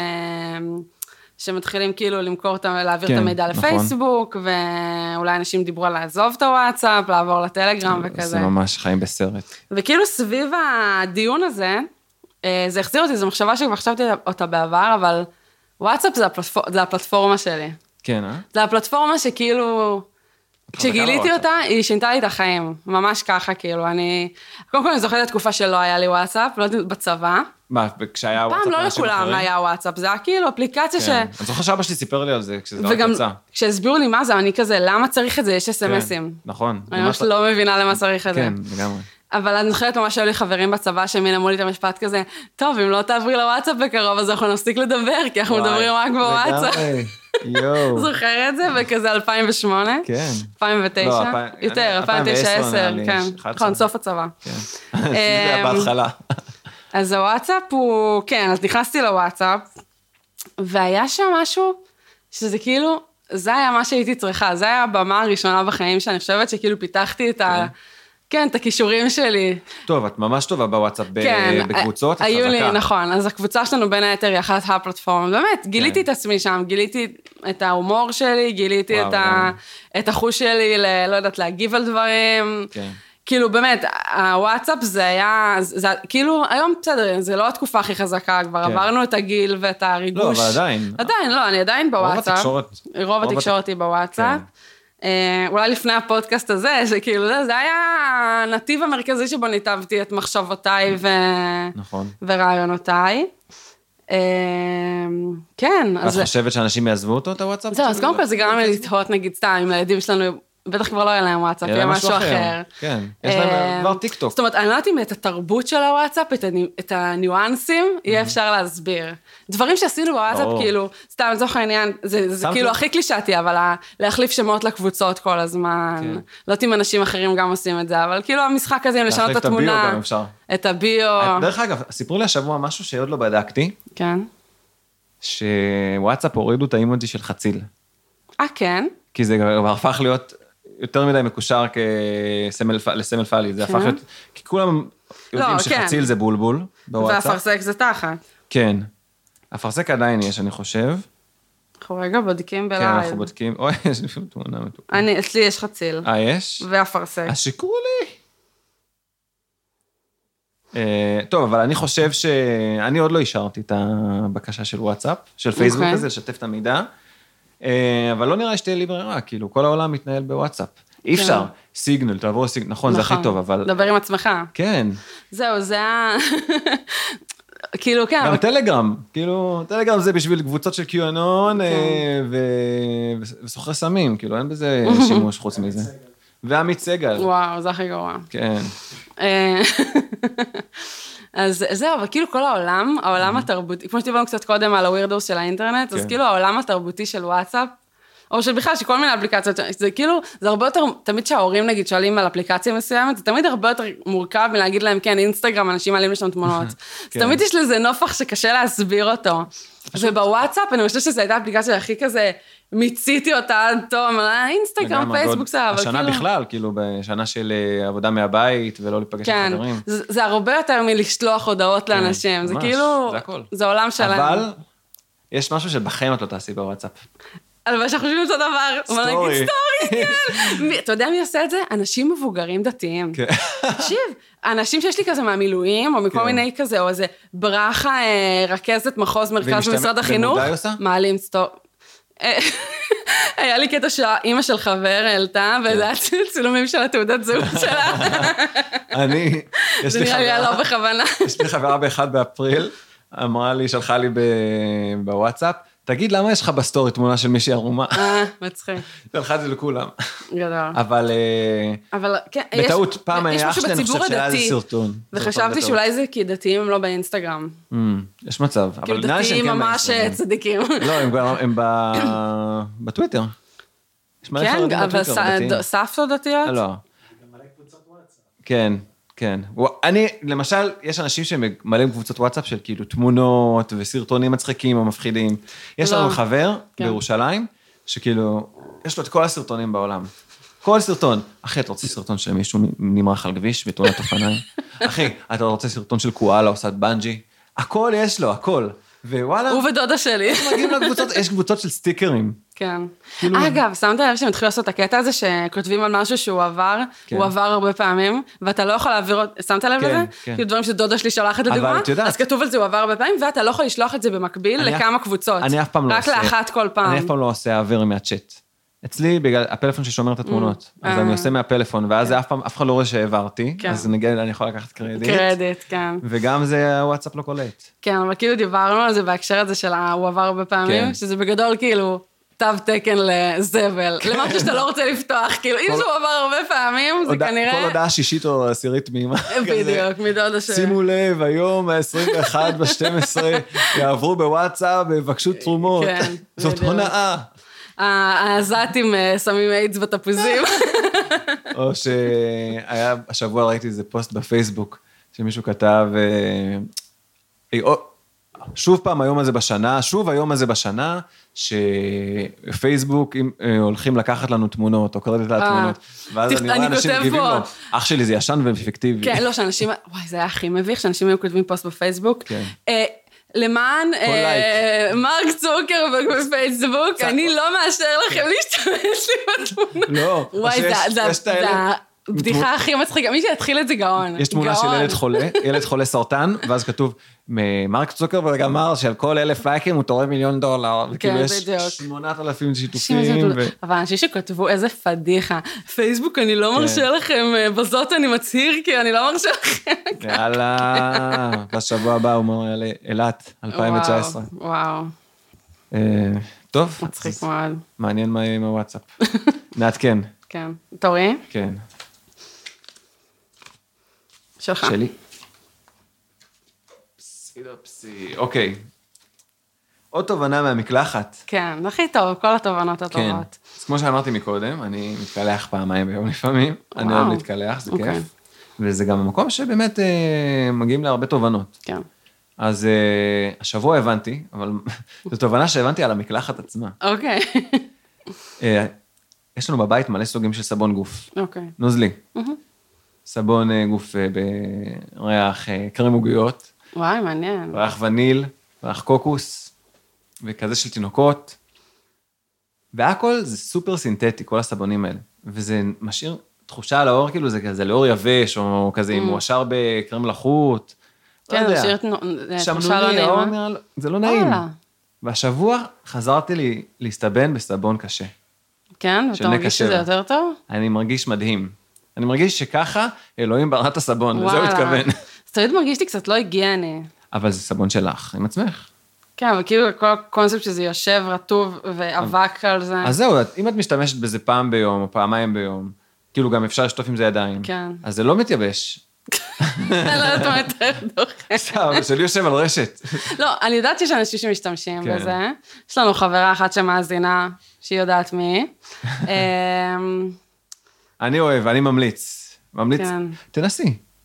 שמתחילים כאילו למכור אותם, להעביר את המידע לפייסבוק, ואולי אנשים דיברו על לעזוב את הוואטסאפ, לעבור לטלגרם וכזה. זה ממש חיים בסרט. וכאילו סביב הדיון הזה, זה החזיר אותי, זו מחשבה שכבר חשבתי אותה בעבר, אבל וואטסאפ זה הפלטפורמה שלי. כן, אה? זה הפלטפורמה שכאילו... כשגיליתי אותה, היא שינתה לי את החיים, ממש ככה, כאילו, אני... קודם כל, אני זוכרת את התקופה שלא היה לי וואטסאפ, לא יודעת, בצבא. מה, כשהיה וואטסאפ? פעם לא לכולם היה וואטסאפ, זה היה כאילו אפליקציה ש... אני זוכר שאבא שלי סיפר לי על זה, כשזה רק יצא. וגם, כשהסבירו לי מה זה, אני כזה, למה צריך את זה? יש אס-אמסים. נכון. אני ממש לא מבינה למה צריך את זה. כן, לגמרי. אבל אני זוכרת ממש שהיו לי חברים בצבא שמין אמרו לי את המשפט כזה, טוב, אם לא תעברי לוואטסאפ בקרוב, אז אנחנו נפסיק לדבר, כי אנחנו מדברים רק בוואטסאפ. יואו. זוכר את זה? וכזה אלפיים ושמונה? כן. אלפיים ותשע? יותר, אלפיים ותשע עשר, כן. נכון, סוף הצבא. כן. זה היה בהתחלה. אז הוואטסאפ הוא, כן, אז נכנסתי לוואטסאפ, והיה שם משהו, שזה כאילו, זה היה מה שהייתי צריכה, זה היה הבמה הראשונה בחיים, שאני חושבת שכאילו פיתחתי את ה... כן, את הכישורים שלי. טוב, את ממש טובה בוואטסאפ בקבוצות, את חזקה. היו לי, נכון, אז הקבוצה שלנו בין היתר היא אחת הפלטפורמה, באמת, גיליתי את עצמי שם, גיליתי את ההומור שלי, גיליתי את החוש שלי, לא יודעת, להגיב על דברים. כאילו, באמת, הוואטסאפ זה היה, כאילו, היום בסדר, זה לא התקופה הכי חזקה, כבר עברנו את הגיל ואת הריגוש. לא, אבל עדיין. עדיין, לא, אני עדיין בוואטסאפ. רוב התקשורת. רוב התקשורת היא בוואטסאפ. אולי לפני הפודקאסט הזה, שכאילו, זה היה הנתיב המרכזי שבו ניתבתי את מחשבותיי ורעיונותיי. כן. את חושבת שאנשים יעזבו אותו, את הוואטסאפ? זהו, אז קודם כל זה גרם לי לתהות, נגיד, סתם, עם הילדים שלנו, בטח כבר לא יהיה להם וואטסאפ, יהיה משהו אחר. כן, יש להם כבר טיק טוק. זאת אומרת, אני לא יודעת אם את התרבות של הוואטסאפ, את הניואנסים, יהיה אפשר להסביר. דברים שעשינו בוואטסאפ, כאילו, סתם, לצורך העניין, זה כאילו הכי קלישאתי, אבל להחליף שמות לקבוצות כל הזמן. לא יודעת אם אנשים אחרים גם עושים את זה, אבל כאילו המשחק הזה, אם לשנות את התמונה. להחליף את הביו גם אפשר. את הביו. דרך אגב, סיפרו לי השבוע משהו שעוד לא בדקתי. כן. שוואטסאפ הורידו את האימוג'י של חציל. אה, כן? כי זה כבר הפך להיות יותר מדי מקושר לסמל פאלי, זה הפך להיות, כי כולם יודעים שחציל זה בולבול בוואטסאפ. והפרסק זה תחת. כן, הפרסק עדיין יש, אני חושב. אנחנו רגע בודקים בלייב. כן, אנחנו בודקים, אוי, יש לי תמונה מתוקה. אני, אצלי יש חציל. אה, יש? והפרסק. אז שיקרו לי. טוב, אבל אני חושב שאני עוד לא אישרתי את הבקשה של וואטסאפ, של פייסבוק הזה, לשתף את המידע. אבל לא נראה שתהיה לי ברירה, כאילו, כל העולם מתנהל בוואטסאפ. אי אפשר, סיגנל, תעבור סיגנל, נכון, זה הכי טוב, אבל... דבר עם עצמך. כן. זהו, זה ה... כאילו, כן. גם טלגרם, כאילו, טלגרם זה בשביל קבוצות של קיואנון וסוחרי סמים, כאילו, אין בזה שימוש חוץ מזה. ועמית סגל. וואו, זה הכי גרוע. כן. אז זהו, אבל כאילו כל העולם, העולם התרבותי, כמו שדיברנו קצת קודם על הווירדוס של האינטרנט, אז כאילו העולם התרבותי של וואטסאפ, או של בכלל, שכל מיני אפליקציות, זה כאילו, זה הרבה יותר, תמיד שההורים נגיד שואלים על אפליקציה מסוימת, זה תמיד הרבה יותר מורכב מלהגיד להם, כן, אינסטגרם, אנשים מעלים לשם תמונות. אז תמיד יש לזה נופח שקשה להסביר אותו. ובוואטסאפ, אני חושבת שזו הייתה אפליקציה הכי כזה מיציתי אותה עד תום, אינסטגרם, פייסבוק, סבבה. השנה בכלל, כאילו, בשנה של עבודה מהבית, ולא להיפגש עם חברים. כן, זה הרבה יותר מלשלוח הודעות לאנשים, זה כאילו, זה עולם שלם. אבל, יש משהו שבחיים את לא תעשי בוואטסאפ. על מה שאנחנו חושבים את הדבר. סטורי. סטורי, כן. אתה יודע מי עושה את זה? אנשים מבוגרים דתיים. תקשיב, האנשים שיש לי כזה מהמילואים, או מכל מיני כזה, או איזה ברכה רכזת מחוז מרכז במשרד החינוך. במודע עושה? מעלים סטורי. היה לי קטע שהאימא של חבר העלתה, וזה היה צילומים של התעודת זהות שלה. אני, זה נראה לי לא בכוונה. יש לי חברה באחד באפריל, אמרה לי, שלחה לי בוואטסאפ, תגיד, למה יש לך בסטורי תמונה של מישהי ערומה? אה, מצחיק. שלחה את זה לכולם. גדול. אבל, אבל, כן, בטעות, פעם היה אח שלי, אני חושב שהיה איזה סרטון. וחשבתי שאולי זה כי דתיים הם לא באינסטגרם. יש מצב. כאילו דתיים ממש צדיקים. לא, הם בטוויטר. כן, אבל סבתות דתיות? לא. כן. כן. אני, למשל, יש אנשים שמלאים קבוצות וואטסאפ של כאילו תמונות וסרטונים מצחיקים או מפחידים. יש לנו חבר בירושלים, שכאילו, יש לו את כל הסרטונים בעולם. כל סרטון. אחי, אתה רוצה סרטון של מישהו נמרח על כביש בתאונת אופניים? אחי, אתה רוצה סרטון של קואלה עושת בנג'י? הכל יש לו, הכל. ווואלה. הוא ודודה שלי. מגיעים לקבוצות, יש קבוצות של סטיקרים. כן. אגב, שמת לב שהם התחילו לעשות את הקטע הזה, שכותבים על משהו שהוא עבר, הוא עבר הרבה פעמים, ואתה לא יכול להעביר, שמת לב לזה? כאילו דברים שדודה שלי שלחת לדוגמה, אז כתוב על זה, הוא עבר הרבה פעמים, ואתה לא יכול לשלוח את זה במקביל לכמה קבוצות. אני אף פעם לא עושה. רק לאחת כל פעם. אני אף פעם לא עושה העביר מהצ'אט. אצלי, בגלל הפלאפון ששומר את התמונות, אז אני עושה מהפלאפון, ואז אף פעם, אף אחד לא רואה שהעברתי, אז נגיד, אני יכול לקחת קרדיט. קרדיט, כן. וגם זה הוואטסאפ לא קולט. כן, אבל כאילו דיברנו על זה בהקשר הזה של הוא עבר הרבה פעמים, שזה בגדול כאילו תו תקן לזבל, למשהו שאתה לא רוצה לפתוח, כאילו אם שהוא עבר הרבה פעמים, זה כנראה... כל הודעה שישית או עשירית תמימה. בדיוק, מדודה ש... שימו לב, היום ה-עשרים ואחת ב-שתים עשרה, יעברו בוואטסאפ, ובקשו תרומות. זאת הונאה. העזתים שמים איידס בתפוזים. או שהיה, השבוע ראיתי איזה פוסט בפייסבוק, שמישהו כתב, שוב פעם היום הזה בשנה, שוב היום הזה בשנה, שפייסבוק הולכים לקחת לנו תמונות, או קוראת לה תמונות, ואז אני רואה אנשים מגיבים לו, אח שלי זה ישן ואפקטיבי. כן, לא, שאנשים, וואי, זה היה הכי מביך, שאנשים היו כותבים פוסט בפייסבוק. כן. למען מרק צוקרברג בפייסבוק, אני לא מאשר לכם להשתמש לי בתמונה. לא, וואי, זה הבדיחה הכי מצחיקה, מי שהתחיל את זה גאון. יש תמונה של ילד חולה, ילד חולה סרטן, ואז כתוב, מרק צוקרברג אמר שעל כל אלף לייקים הוא תורם מיליון דולר, וכאילו יש שמונת אלפים שיתופים. אבל אנשים שכתבו איזה פדיחה, פייסבוק אני לא מרשה לכם, בזאת אני מצהיר כי אני לא מרשה לכם. יאללה, בשבוע הבא הוא אומר אלת, אלפיים תשע עשרה. וואו. טוב. מצחיק מאוד. מעניין מה יהיה עם הוואטסאפ. נעדכן. כן. תורי? כן. שלך. שלי. פסידו פסי. אוקיי. עוד תובנה מהמקלחת. כן, הכי טוב, כל התובנות הטובות. כן. אז כמו שאמרתי מקודם, אני מתקלח פעמיים ביום לפעמים. אני אוהב להתקלח, זה כיף. וזה גם המקום שבאמת מגיעים להרבה תובנות. כן. אז השבוע הבנתי, אבל זו תובנה שהבנתי על המקלחת עצמה. אוקיי. יש לנו בבית מלא סוגים של סבון גוף. אוקיי. נוזלי. סבון גוף בריח קרם עוגיות. וואי, מעניין. ריח וניל, ריח קוקוס, וכזה של תינוקות. והכל זה סופר סינתטי, כל הסבונים האלה. וזה משאיר תחושה על האור, כאילו זה כזה לאור יבש, או כזה עם מואשר בקרם מלחות. כן, זה משאיר תחושה לא נעימה. זה לא נעים. והשבוע חזרתי לי להסתבן בסבון קשה. כן? ואתה מרגיש שזה יותר טוב? אני מרגיש מדהים. אני מרגיש שככה אלוהים ברא את הסבון, וזה הוא התכוון. אז תמיד מרגיש לי קצת לא הגיוני. אבל זה סבון שלך, עם עצמך. כן, אבל כאילו כל הקונספט שזה יושב רטוב ואבק על זה. אז זהו, אם את משתמשת בזה פעם ביום או פעמיים ביום, כאילו גם אפשר לשטוף עם זה ידיים. כן. אז זה לא מתייבש. אני לא יודעת מה יותר דוחה. סתם, שלי יושב על רשת. לא, אני יודעת שיש אנשים שמשתמשים בזה. יש לנו חברה אחת שמאזינה, שהיא יודעת מי. אני אוהב, אני ממליץ. ממליץ. תנסי.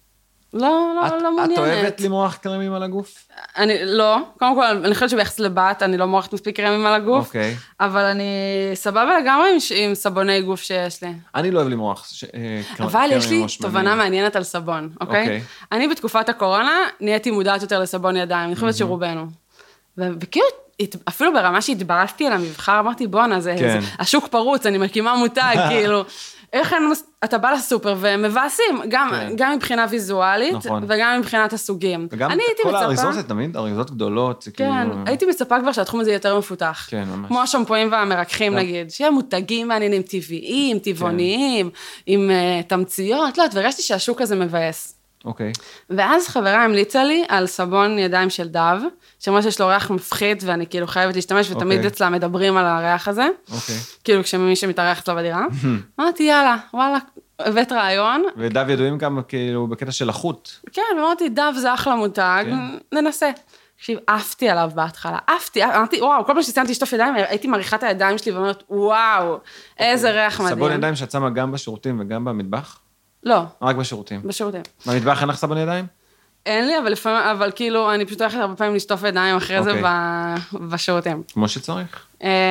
לא, לא, את, לא מעוניינת. את אוהבת למרוח קרמים על הגוף? אני, לא, קודם כל, אני חושבת שביחס לבת, אני לא מורחת מספיק קרמים על הגוף. אוקיי. אבל אני סבבה לגמרי עם, עם סבוני גוף שיש לי. אני לא אוהב למרוח ש... אבל יש לי תובנה מעניינת על סבון, אוקיי? אוקיי. אני בתקופת הקורונה נהייתי מודעת יותר לסבון ידיים, אני חושבת שרובנו. וכאילו, אפילו ברמה שהתבאסתי על המבחר, אמרתי, בואנה, זה, כן. זה, השוק פרוץ, אני מקימה מותג, כאילו, איך אני, אתה בא לסופר ומבאסים, גם, כן. גם מבחינה ויזואלית, נכון. וגם מבחינת הסוגים. וגם אני כל האריזות זה תמיד, אריזות גדולות, זה כן, כאילו... הייתי מצפה כבר שהתחום הזה יותר מפותח. כן, ממש. כמו השמפויים והמרקחים, נגיד, שיהיה מותגים מעניינים טבעיים, טבעוניים, עם uh, תמציות, לא, והרגשתי שהשוק הזה מבאס. אוקיי. ואז חברה המליצה לי על סבון ידיים של דב, שאומרת שיש לו ריח מפחיד, ואני כאילו חייבת להשתמש, ותמיד אוקיי. אצלה מדברים על הריח הזה. אוקיי. כאילו כשמי שמתארח אצלה בדירה. אמרתי, יאללה, וואלה, הבאת רעיון. ודב ידועים גם כאילו בקטע של החוט. כן, ואמרתי, דב זה אחלה מותג, ננסה. תקשיב, עפתי עליו בהתחלה, עפתי, אמרתי, וואו, כל פעם שסיימתי לשטוף ידיים, הייתי מריחה את הידיים שלי ואומרת, וואו, איזה ריח מדהים. סבון ידיים שאת שמה גם בשירותים וגם במטבח? לא. רק בשירותים. בשירותים. במטבח אין לך סבון ידיים? אין לי, אבל לפעמים, אבל כאילו, אני פשוט הולכת הרבה פעמים לשטוף ידיים אחרי זה בשירותים. כמו שצריך.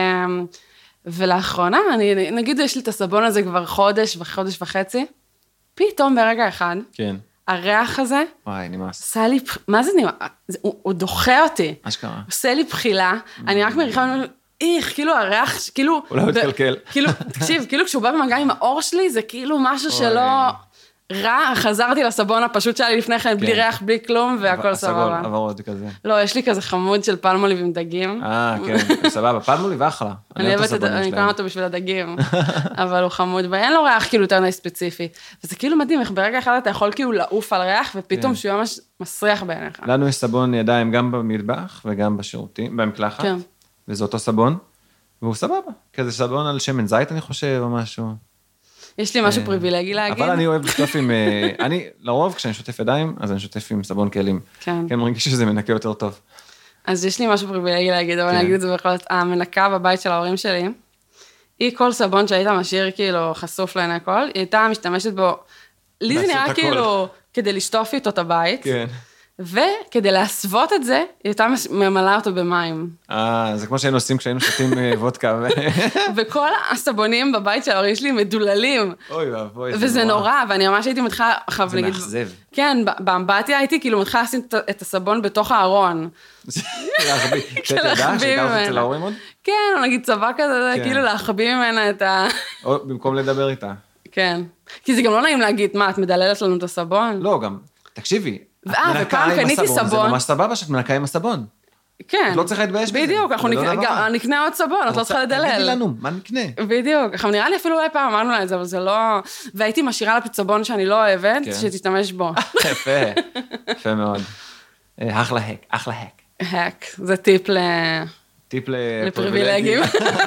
ולאחרונה, אני, נגיד, יש לי את הסבון הזה כבר חודש וחודש וחצי, פתאום ברגע אחד, כן. הריח הזה, וואי, נמאס. עושה לי, מה זה נמאס? הוא, הוא דוחה אותי. מה שקרה? עושה לי בחילה, אני רק מריחה, איך, כאילו הריח, כאילו... אולי הוא התקלקל. כאילו, תקשיב, כאילו כשהוא בא במגע עם האור שלי, זה כאילו משהו שלא רע, חזרתי לסבון הפשוט שהיה לי לפני כן, בלי ריח, בלי כלום, והכל סבבה. הסגול, עברות כזה. לא, יש לי כזה חמוד של פלמוליב עם דגים. אה, כן, סבבה, פלמוליב אחלה. אני אוהבת את, אני קונה אותו בשביל הדגים, אבל הוא חמוד, ואין לו ריח כאילו יותר ספציפי. וזה כאילו מדהים, איך ברגע אחד אתה יכול כאילו לעוף על ריח, ופתאום שהוא ממש מסריח בעיניך. לנו יש סבון ידיים גם במטבח וגם בשירותים, במקלחת, כן. וזה אותו סבון, והוא סבבה. כזה סבון על שמן זית, אני חושב, או משהו. יש לי משהו פריבילגי להגיד. אבל אני אוהב לשטוף עם, אני, לרוב, כשאני שוטף ידיים, אז אני שוטף עם סבון כלים. כן. כי אני מרגיש שזה מנקה יותר טוב. אז יש לי משהו פריבילגי להגיד, אבל אני אגיד את זה בכל זאת, המנקה בבית של ההורים שלי, היא כל סבון שהיית משאיר כאילו חשוף לעיני הכל, היא הייתה משתמשת בו, לי זה נראה כאילו, כדי לשטוף איתו את הבית, כן. וכדי להסוות את זה, היא הייתה ממלאה אותו במים. אה, זה כמו שהיינו עושים כשהיינו שותים וודקה. וכל הסבונים בבית של ההורים שלי מדוללים. אוי ואבוי, וזה נורא, ואני ממש הייתי מתחילה... זה מאכזב. כן, באמבטיה הייתי כאילו מתחילה לשים את הסבון בתוך הארון. להחביא. אתה יודע שהגרת אצל ההורים עוד? כן, או נגיד צבא כזה, כאילו להחביא ממנה את ה... או במקום לדבר איתה. כן. כי זה גם לא נעים להגיד, מה, את מדללת לנו את הסבון? לא, גם, תקשיבי. אה, ופעם קניתי סבון. זה ממש סבבה שאת מנקה עם הסבון. כן. את לא צריכה להתבייש בזה. בדיוק, אנחנו נקנה עוד סבון, את לא צריכה לדלל. תגידי לנו, מה נקנה? בדיוק. עכשיו נראה לי אפילו אולי פעם אמרנו לה את זה, אבל זה לא... והייתי משאירה לה סבון שאני לא אוהבת, שתשתמש בו. יפה, יפה מאוד. אחלה האק, אחלה האק. האק, זה טיפ ל... טיפ לפריבילגים.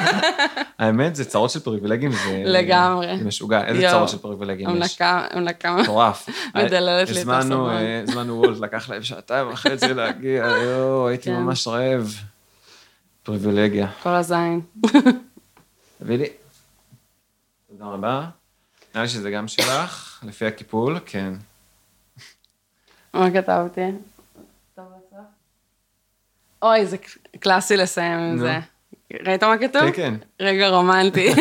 האמת, זה צרות של פריבילגים, זה... לגמרי. זה משוגע, איזה צרות של פריבילגים יש? מנקה. מטורף. מדללת לי את הסבון. הזמנו וולט, לקח להם שעתיים וחצי להגיע, יואו, הייתי ממש רעב. פריבילגיה. כל הזין. תביא לי. תודה רבה. נראה לי שזה גם שלך, לפי הקיפול, כן. מה כתבתי? אוי, זה קלאסי לסיים עם זה. ראית מה כתוב? כן, כן. רגע רומנטי.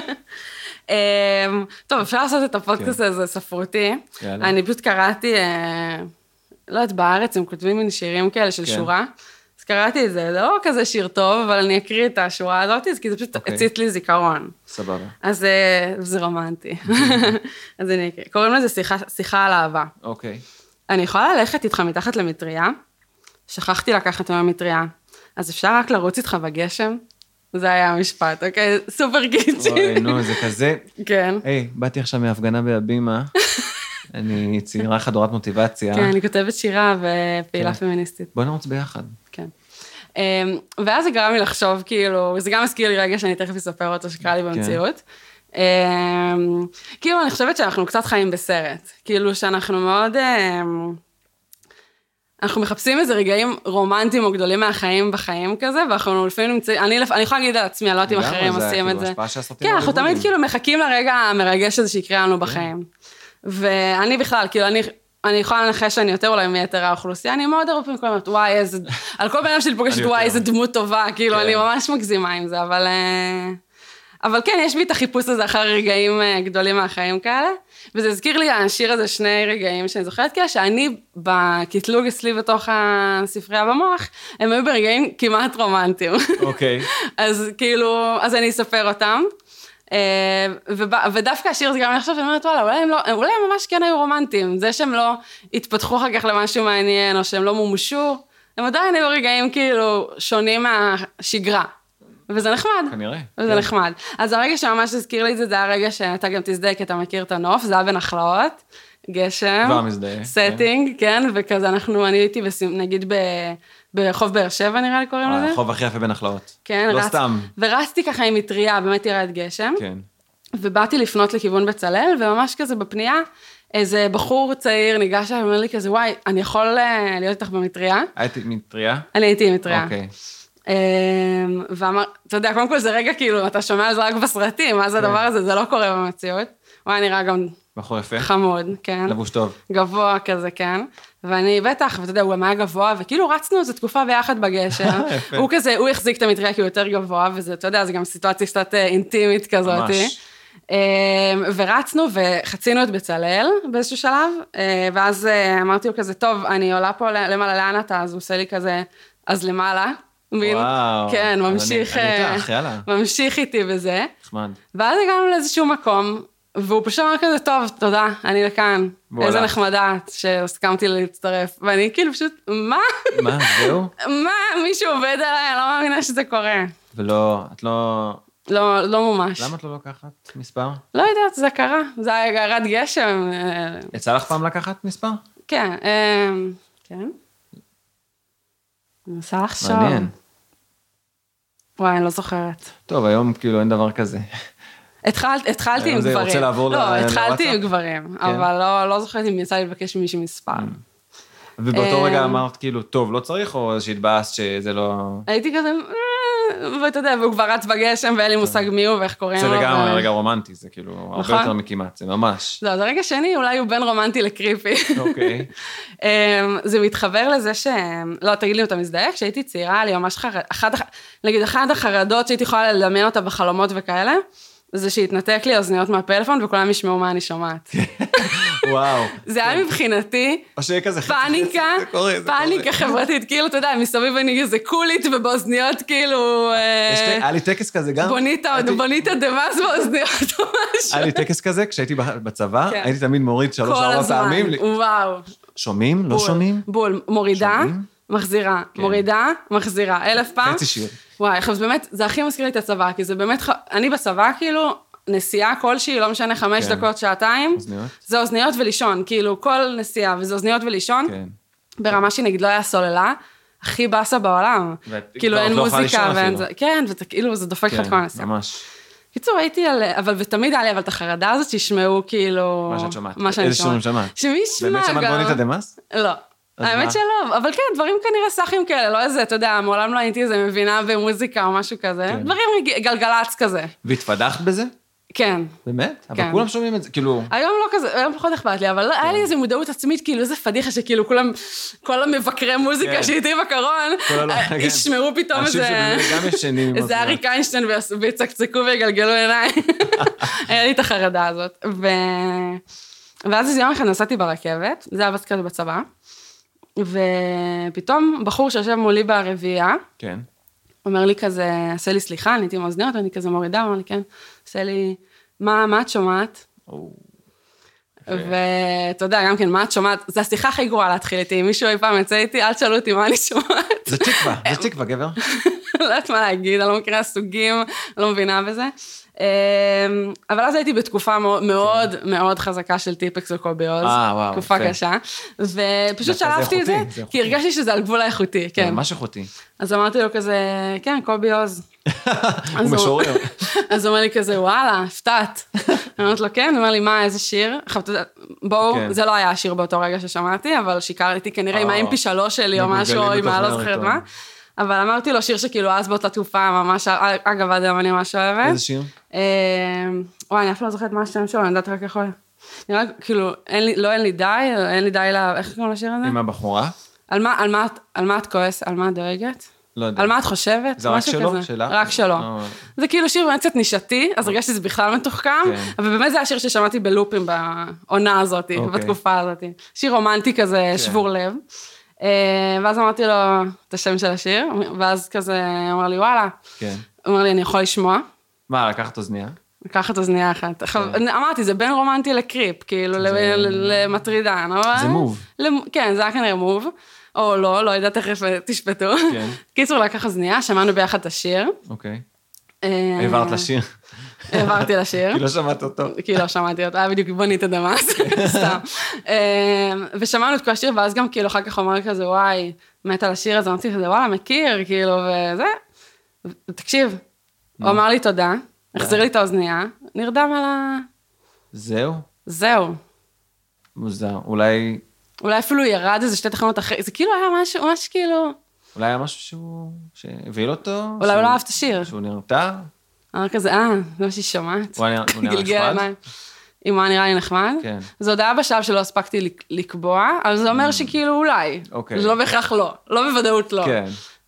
טוב, אפשר לעשות את הפודקאסט הזה ספרותי. אני פשוט קראתי, לא יודעת, בארץ הם כותבים מין שירים כאלה של שורה. אז קראתי את זה, זה לא כזה שיר טוב, אבל אני אקריא את השורה הזאת, כי זה פשוט הצית לי זיכרון. סבבה. אז זה רומנטי. אז אני אקריא. קוראים לזה שיחה על אהבה. אוקיי. אני יכולה ללכת איתך מתחת למטריה? שכחתי לקחת מהמטריה. אז אפשר רק לרוץ איתך בגשם? זה היה המשפט, אוקיי? סופר קיצ'י. אוי, נו, זה כזה. כן. היי, באתי עכשיו מהפגנה בהבימה. אני צעירה חדורת מוטיבציה. כן, אני כותבת שירה ופעילה פמיניסטית. בוא נרוץ ביחד. כן. ואז זה גרם לי לחשוב, כאילו, וזה גם הזכיר לי רגע שאני תכף אספר אותו שקרה לי במציאות. כאילו, אני חושבת שאנחנו קצת חיים בסרט. כאילו, שאנחנו מאוד... אנחנו מחפשים איזה רגעים רומנטיים או גדולים מהחיים בחיים כזה, ואנחנו לפעמים נמצאים, אני, אני יכולה להגיד על עצמי, אני לא יודעת אם אחרים עושים את זה. כן, אנחנו תמיד כאילו מחכים לרגע המרגש הזה שיקרה לנו בחיים. ואני בכלל, כאילו אני אני יכולה לנחש שאני יותר אולי מיתר האוכלוסייה, אני מאוד הרבה פעמים כל אומרת, וואי, איזה, על כל פעמים שלי פוגשת, וואי, איזה דמות טובה, כאילו, אני ממש מגזימה עם זה, אבל, אבל כן, יש בי את החיפוש הזה אחר רגעים גדולים מהחיים כאלה, וזה הזכיר לי השיר הזה שני רגעים שאני זוכרת כאלה, שאני בקטלוג אצלי בתוך הספרייה במוח, הם היו ברגעים כמעט רומנטיים. אוקיי. אז כאילו, אז אני אספר אותם. ודווקא השיר זה גם אני חושבת, אני אומרת, וואלה, אולי הם, לא, אולי הם ממש כן היו רומנטיים, זה שהם לא התפתחו אחר כך למשהו מעניין, או שהם לא מומשו, הם עדיין היו רגעים כאילו שונים מהשגרה, וזה נחמד. כנראה. וזה כן. נחמד. אז הרגע שממש הזכיר לי את זה, זה הרגע שאתה גם תזדהה, כי אתה מכיר את הנוף, זה היה בנחלאות, גשם, כבר מזדהה. סטינג, כן, כן וכזה אנחנו, אני הייתי בסים, נגיד ב... ברחוב באר שבע נראה לי קוראים לזה. הרחוב הכי יפה בנחלאות. כן, לא רצ... סתם. ורצתי ככה עם מטריה, באמת ירד גשם. כן. ובאתי לפנות לכיוון בצלאל, וממש כזה בפנייה, איזה בחור צעיר ניגש אליי, ואומר לי כזה, וואי, אני יכול להיות איתך במטריה? הייתי מטריה? אני הייתי עם מטריה. אוקיי. ואמר, אתה יודע, קודם כל זה רגע כאילו, אתה שומע על זה רק בסרטים, מה זה הדבר הזה? זה לא קורה במציאות. וואי, נראה גם... בחור יפה. חמוד, כן. לבוש טוב. גבוה כזה, כן. ואני בטח, ואתה יודע, הוא גם היה גבוה, וכאילו רצנו איזו תקופה ביחד בגשר. הוא כזה, הוא החזיק את המטריה כי הוא יותר גבוה, וזה, אתה יודע, זה גם סיטואציה קצת אינטימית כזאת. ממש. ורצנו וחצינו את בצלאל באיזשהו שלב, ואז אמרתי לו כזה, טוב, אני עולה פה למעלה, לאן אתה? אז הוא עושה לי כזה, אז למעלה. וואו. כן, ממשיך, אני איתך, יאללה. ממשיך איתי בזה. נחמד. ואז הגענו לאיזשהו מקום, והוא פשוט אמר כזה, טוב, תודה, אני לכאן. איזה נחמדה שהסכמתי להצטרף. ואני כאילו פשוט, מה? מה, זהו? מה, מישהו עובד עליי, אני לא מאמינה שזה קורה. ולא, את לא... לא, לא ממש. למה את לא לוקחת מספר? לא יודעת, זה קרה. זה היה ירד גשם. יצא לך פעם לקחת מספר? כן, כן. אני מנסה לחשוב. מעניין. וואי, אני לא זוכרת. טוב, היום כאילו אין דבר כזה. התחלתי עם גברים. רוצה לעבור לוואטסאפ? לא, התחלתי עם גברים, אבל לא זוכרת אם יצא לי לבקש ממישהו מספר. ובאותו רגע אמרת כאילו, טוב, לא צריך, או שהתבאסת שזה לא... הייתי כזה, ואתה יודע, והוא כבר רץ בגשם, ואין לי מושג מי הוא ואיך קוראים לו. זה לגמרי רגע רומנטי, זה כאילו הרבה יותר מכמעט, זה ממש. לא, זה רגע שני, אולי הוא בין רומנטי לקריפי. אוקיי. זה מתחבר לזה ש... לא, תגיד לי אותה מזדהה, כשהייתי צעירה, לי ממש חרד... נגיד, אחת החרדות שהייתי יכולה לדמיין אותה בחלומות וכאלה, זה שהתנתק לי אוזניות מהפלאפון, וכולם ישמעו מה אני שומעת. וואו. זה היה מבחינתי, פאניקה, פאניקה חברתית, כאילו, אתה יודע, מסביב אני איזה קולית, ובאוזניות כאילו... היה לי טקס כזה גם. בוניטה דמאס באוזניות או משהו. היה לי טקס כזה, כשהייתי בצבא, הייתי תמיד מוריד שלוש ארבע פעמים. כל הזמן, וואו. שומעים? לא שומעים? בול, מורידה, מחזירה, מורידה, מחזירה, אלף פעם. חצי שיר. וואי, עכשיו, באמת, זה הכי מזכיר לי את הצבא, כי זה באמת, אני בצבא, כאילו, נסיעה כלשהי, לא משנה, חמש דקות, שעתיים, זה אוזניות ולישון, כאילו, כל נסיעה, וזה אוזניות ולישון, ברמה שנגיד לא היה סוללה, הכי באסה בעולם, כאילו, אין מוזיקה, ואין זה, כן, וכאילו, זה דופק לך את כל הנסיעה. ממש. קיצור, הייתי על, אבל, ותמיד היה לי, אבל את החרדה הזאת, שישמעו, כאילו, מה שאת שומעת. מה שאני שומעת. איזה שירים שמעת? שמי ישמע גם. באמת שמעת בוניטה דמאס? לא. האמת שלא, אבל כן, דברים כנראה סחים כאלה, לא איזה, אתה יודע, מעולם לא הייתי איזה מבינה במוזיקה או משהו כזה, דברים גלגלץ כזה. והתפתחת בזה? כן. באמת? אבל כולם שומעים את זה, כאילו... היום לא כזה, היום פחות אכפת לי, אבל היה לי איזו מודעות עצמית, כאילו איזה פדיחה שכאילו כולם, כל המבקרי מוזיקה שהייתי בקרון, ישמעו פתאום איזה... גם ישנים. איזה אריק איינשטיין ויצקצקו ויגלגלו עיניי. היה לי את החרדה הזאת. ואז איזה יום אחד נסעתי ברכבת, זה היה בס כזה בצבא. ופתאום בחור שיושב מולי ברביעייה, כן. אומר לי כזה, עשה לי סליחה, אני הייתי עם האוזניות, אני כזה מורידה, הוא אומר לי, כן, עשה לי, מה, מה את שומעת? ואתה יודע, גם כן, מה את שומעת? זה השיחה הכי גרועה להתחיל איתי, אם מישהו אי פעם יצא איתי, אל תשאלו אותי מה אני שומעת. זה תקווה, זה תקווה, גבר. לא יודעת מה להגיד, אני לא מכירה סוגים, לא מבינה בזה. אבל אז הייתי בתקופה מאוד מאוד חזקה של טיפקס וקובי עוז, תקופה קשה, ופשוט שלפתי את זה, כי הרגשתי שזה על גבול האיכותי, כן. ממש איכותי. אז אמרתי לו כזה, כן, קובי עוז. הוא משורר. אז הוא אומר לי כזה, וואלה, הפתעת. אני אומרת לו, כן, הוא אומר לי, מה, איזה שיר? בואו, זה לא היה השיר באותו רגע ששמעתי, אבל שיקרתי כנראה עם ה-אם פי שלוש שלי או משהו, או עם לא זוכרת מה. אבל אמרתי לו שיר שכאילו אז באותה תקופה, ממש, אגב, עד היום אני ממש אוהבת. איזה שיר? וואי, אני אף לא זוכרת מה השם שלו, אני יודעת רק יכול. נראה, כאילו, אין לי, לא אין לי די, אין לי די לה, איך קוראים לשיר הזה? עם הבחורה? על מה, על מה, על מה את כועס, על מה את דואגת? לא יודע. על מה את חושבת? זה רק שלו? שאלה? רק שלו. זה כאילו שיר באמת קצת נישתי, אז הרגשתי שזה בכלל מתוחכם, אבל באמת זה השיר ששמעתי בלופים בעונה הזאת, בתקופה הזאת. שיר רומנטי כזה, שבור לב. ואז אמרתי לו את השם של השיר, ואז כזה אמר לי, וואלה. כן. אמר לי, אני יכול לשמוע. מה, לקחת אוזנייה? לקחת אוזנייה אחת. אמרתי, זה בין רומנטי לקריפ, כאילו, למטרידן. זה מוב. כן, זה היה כנראה מוב. או לא, לא יודעת איך תשפטו. כן. קיצור, לקח אוזנייה, שמענו ביחד את השיר. אוקיי. העברת לשיר. העברתי לשיר. כי לא שמעת אותו. כי לא שמעתי אותו, היה בדיוק בונית אדמאס, סתם. ושמענו את כל השיר, ואז גם כאילו אחר כך אומר כזה, וואי, מת על השיר הזה, אמרתי כזה, וואלה, מכיר, כאילו, וזה. תקשיב, הוא אמר לי תודה, החזיר לי את האוזנייה, נרדם על ה... זהו? זהו. מוזר, אולי... אולי אפילו ירד איזה שתי תחנות אחרי, זה כאילו היה משהו, ממש כאילו... אולי היה משהו שהוא... שהביא אותו? אולי הוא לא אהב את השיר. שהוא נרתע? אמר כזה, אה, זה מה שהיא שומעת. הוא נראה נחמד? אם הוא נראה לי נחמד. כן. זה עוד היה בשלב שלא הספקתי לקבוע, אבל זה אומר שכאילו אולי. אוקיי. זה לא בהכרח לא. לא בוודאות לא. כן.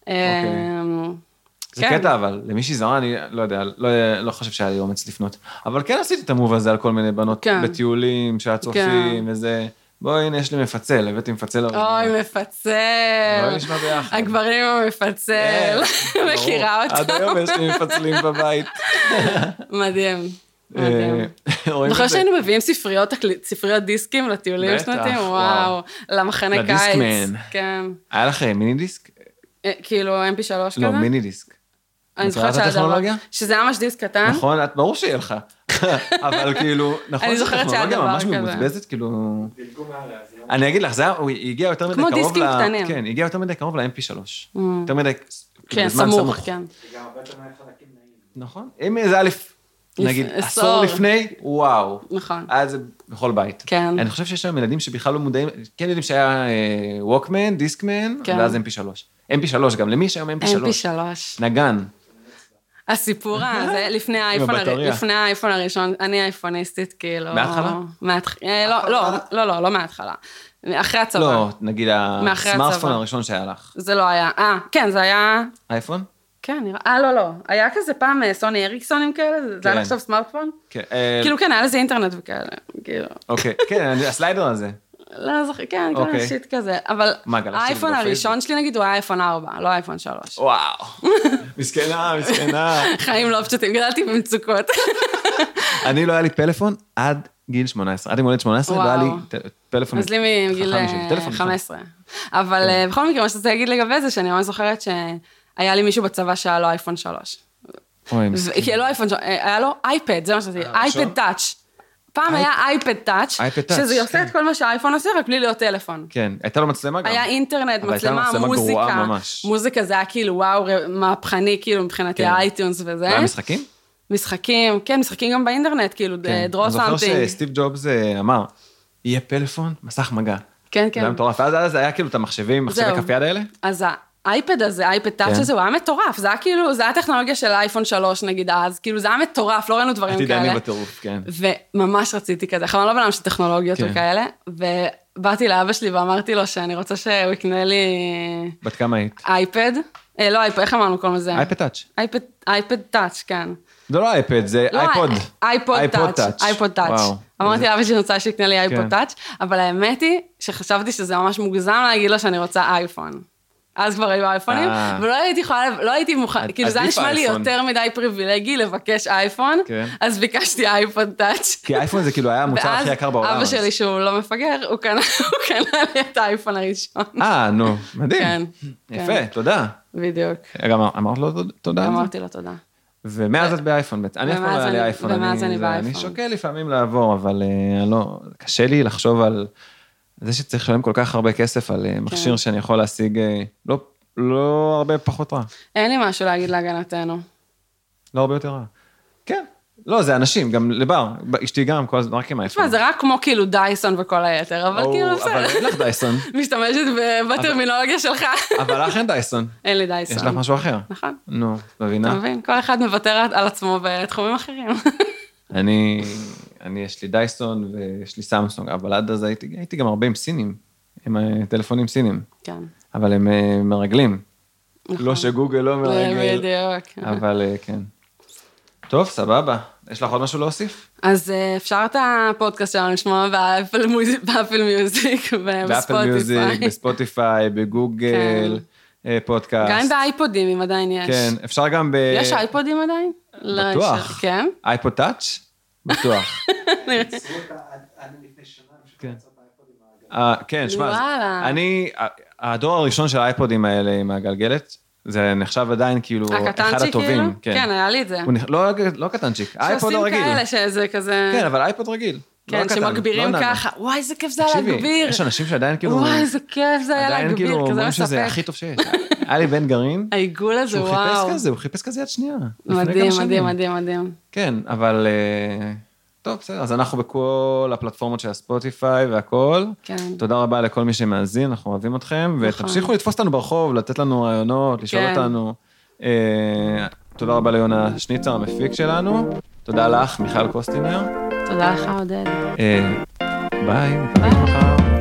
זה קטע, אבל למישהי זרה, אני לא יודע, לא חושב שהיה לי אומץ לפנות. אבל כן עשיתי את המוב הזה על כל מיני בנות בטיולים, שהצופים וזה... בואי, הנה, יש לי מפצל, הבאתי מפצל. אוי, מפצל. בואי נשמע ביחד. הגברים המפצל. מכירה אותם. עד היום יש לי מפצלים בבית. מדהים. מדהים. זוכר שהיינו מביאים ספריות דיסקים לטיולים שנתיים? וואו. למחנה קיץ. לדיסקמן. כן. היה לך מיני דיסק? כאילו אם פי שלוש כזה? לא, מיני דיסק. אני זוכרת שזה היה ממש דיסק קטן. נכון, ברור שיהיה לך. אבל כאילו, נכון שטכנולוגיה ממש מבוזבזת, כאילו... אני אגיד לך, זה הגיע יותר מדי קרוב ל... כמו דיסקים קטנים. כן, הגיע יותר מדי קרוב ל-אם פי שלוש. יותר מדי... כן, סמוך, כן. נכון. אם זה היה נגיד עשור לפני, וואו. נכון. היה זה בכל בית. כן. אני חושב שיש שם ילדים שבכלל לא מודעים, כן יודעים שהיה ווקמן, דיסקמן, ואז אם פי שלוש. אם פי שלוש גם, למי יש היום אם פי שלוש? אם פי שלוש. נגן. הסיפור הזה, לפני האייפון הראשון, אני האייפוניסטית, כאילו... מההתחלה? לא, לא, לא, לא, לא מההתחלה. אחרי הצבא. לא, נגיד הסמארטפון הראשון שהיה לך. זה לא היה, אה, כן, זה היה... אייפון? כן, נראה, אה, לא, לא. היה כזה פעם סוני אריקסונים כאלה, זה היה עכשיו סמארטפון? כן. כאילו, כן, היה לזה אינטרנט וכאלה, כאילו. אוקיי, כן, הסליידר הזה. לא זוכר, כן, כל השיט כזה, אבל האייפון הראשון שלי נגיד הוא היה אייפון ארבע, לא אייפון שלוש. וואו, מסכנה, מסכנה. חיים לא פשוטים, גדלתי במצוקות. אני לא היה לי פלאפון עד גיל שמונה עשרה, עד מולד שמונה עשרה, לא היה לי פלאפון. אז לי מגיל חמש עשרה. אבל בכל מקרה, מה שאתה להגיד לגבי זה, שאני ממש זוכרת שהיה לי מישהו בצבא שהיה לו אייפון שלוש. אוי, מסכנה. כי לא אייפון שלוש, היה לו אייפד, זה מה שאתה תגיד, אייפד טאץ'. פעם היה אייפד טאץ', שזה עושה את כל מה שהאייפון עושה, רק בלי להיות טלפון. כן, הייתה לו מצלמה גם. היה אינטרנט, מצלמה, מוזיקה. מוזיקה זה היה כאילו, וואו, מהפכני, כאילו, מבחינתי האייטיונס וזה. והיה משחקים? משחקים, כן, משחקים גם באינטרנט, כאילו, draw something. אני זוכר שסטיב ג'ובס אמר, יהיה פלאפון, מסך מגע. כן, כן. זה היה מטורף. ואז היה כאילו את המחשבים, מחשבי כף יד האלה? אז האייפד הזה, האייפד טאץ' הזה, הוא היה מטורף, זה היה כאילו, זה היה טכנולוגיה של אייפון שלוש נגיד אז, כאילו זה היה מטורף, לא ראינו דברים כאלה. הייתי דני בטירוף, כן. וממש רציתי כזה, עכשיו אני לא בנם של טכנולוגיות וכאלה, ובאתי לאבא שלי ואמרתי לו שאני רוצה שהוא יקנה לי... בת כמה היית? אייפד, לא אייפד, איך אמרנו כל זה? אייפד טאץ'. אייפד טאץ', כן. זה לא אייפד, זה אייפוד. אייפוד טאץ', אייפוד טאץ'. אמרתי לאבא שאני רוצה שיקנה לי אייפוד טאץ', אבל האמת היא שחשבתי שזה ממש מוגזם להגיד לו שאני רוצה אייפון. אז כבר היו אייפונים, ולא הייתי יכולה, לא הייתי מוכנה, כאילו זה נשמע לי יותר מדי פריבילגי לבקש אייפון, אז ביקשתי אייפוד טאץ'. כי אייפון זה כאילו היה המוצר הכי יקר בעולם. ואז אבא שלי שהוא לא מפגר, הוא קנה לי את האייפון הראשון. אה, נו, מדהים. יפה, תודה. בדיוק. גם אמרת לו תודה? אמרתי לו תודה. ומאז את באייפון, אני אף פעם לא היה לי אייפון. ומאז אני באייפון. אני שוקל לפעמים לעבור, אבל קשה לי לחשוב על... זה שצריך לשלם כל כך הרבה כסף על מכשיר שאני יכול להשיג, לא, לא הרבה פחות רע. אין לי משהו להגיד להגנתנו. לא הרבה יותר רע. כן. לא, זה אנשים, גם לבר, אשתי גם, כל הזמן, רק עם האייפון. זה רק כמו כאילו דייסון וכל היתר, אבל כאילו בסדר. אבל אין לך דייסון. משתמשת בטרמינולוגיה שלך. אבל לך אין דייסון. אין לי דייסון. יש לך משהו אחר. נכון. נו, מבינה? אתה מבין? כל אחד מוותר על עצמו בתחומים אחרים. אני... אני, יש לי דייסון ויש לי סמסונג, אבל עד אז הייתי, הייתי גם הרבה עם סינים, עם טלפונים סינים. כן. אבל הם מרגלים. נכון. לא שגוגל לא מרגל. בדיוק. אבל כן. טוב, סבבה. יש לך עוד משהו להוסיף? אז אפשר את הפודקאסט שלנו לשמוע באפל מיוזיק ובספוטיפיי. באפל מיוזיק, בספוטיפיי, בגוגל, פודקאסט. גם באייפודים, אם עדיין יש. כן, אפשר גם ב... יש אייפודים עדיין? בטוח. כן? אייפוד טאץ'? בטוח. כן, שמע, אני, הדור הראשון של האייפודים האלה עם הגלגלת, זה נחשב עדיין כאילו אחד הטובים. כן, היה לי את זה. לא קטנצ'יק, אייפוד לא רגיל. שעושים כאלה שזה כזה... כן, אבל אייפוד רגיל. כן, שמגבירים ככה, וואי, איזה כיף זה היה להגביר. יש אנשים שעדיין כאילו... וואי, איזה כיף זה היה להגביר, כזה מספק. עדיין כאילו אומרים שזה הכי טוב שיש. היה לי בן גרעין. העיגול הזה, וואו. שהוא חיפש כזה, הוא חיפש כזה יד שנייה. מדהים, מדהים, מדהים, מדהים. כן, אבל... טוב, בסדר, אז אנחנו בכל הפלטפורמות של הספוטיפיי והכל. כן. תודה רבה לכל מי שמאזין, אנחנו אוהבים אתכם, ותמשיכו לתפוס אותנו ברחוב, לתת לנו רעיונות, לשאול אותנו. תודה רבה ליונה שניצר, המפיק שלנו. תודה לך, מיכל קוסטינר. תודה לך, עודד. ביי, נתראה מחר.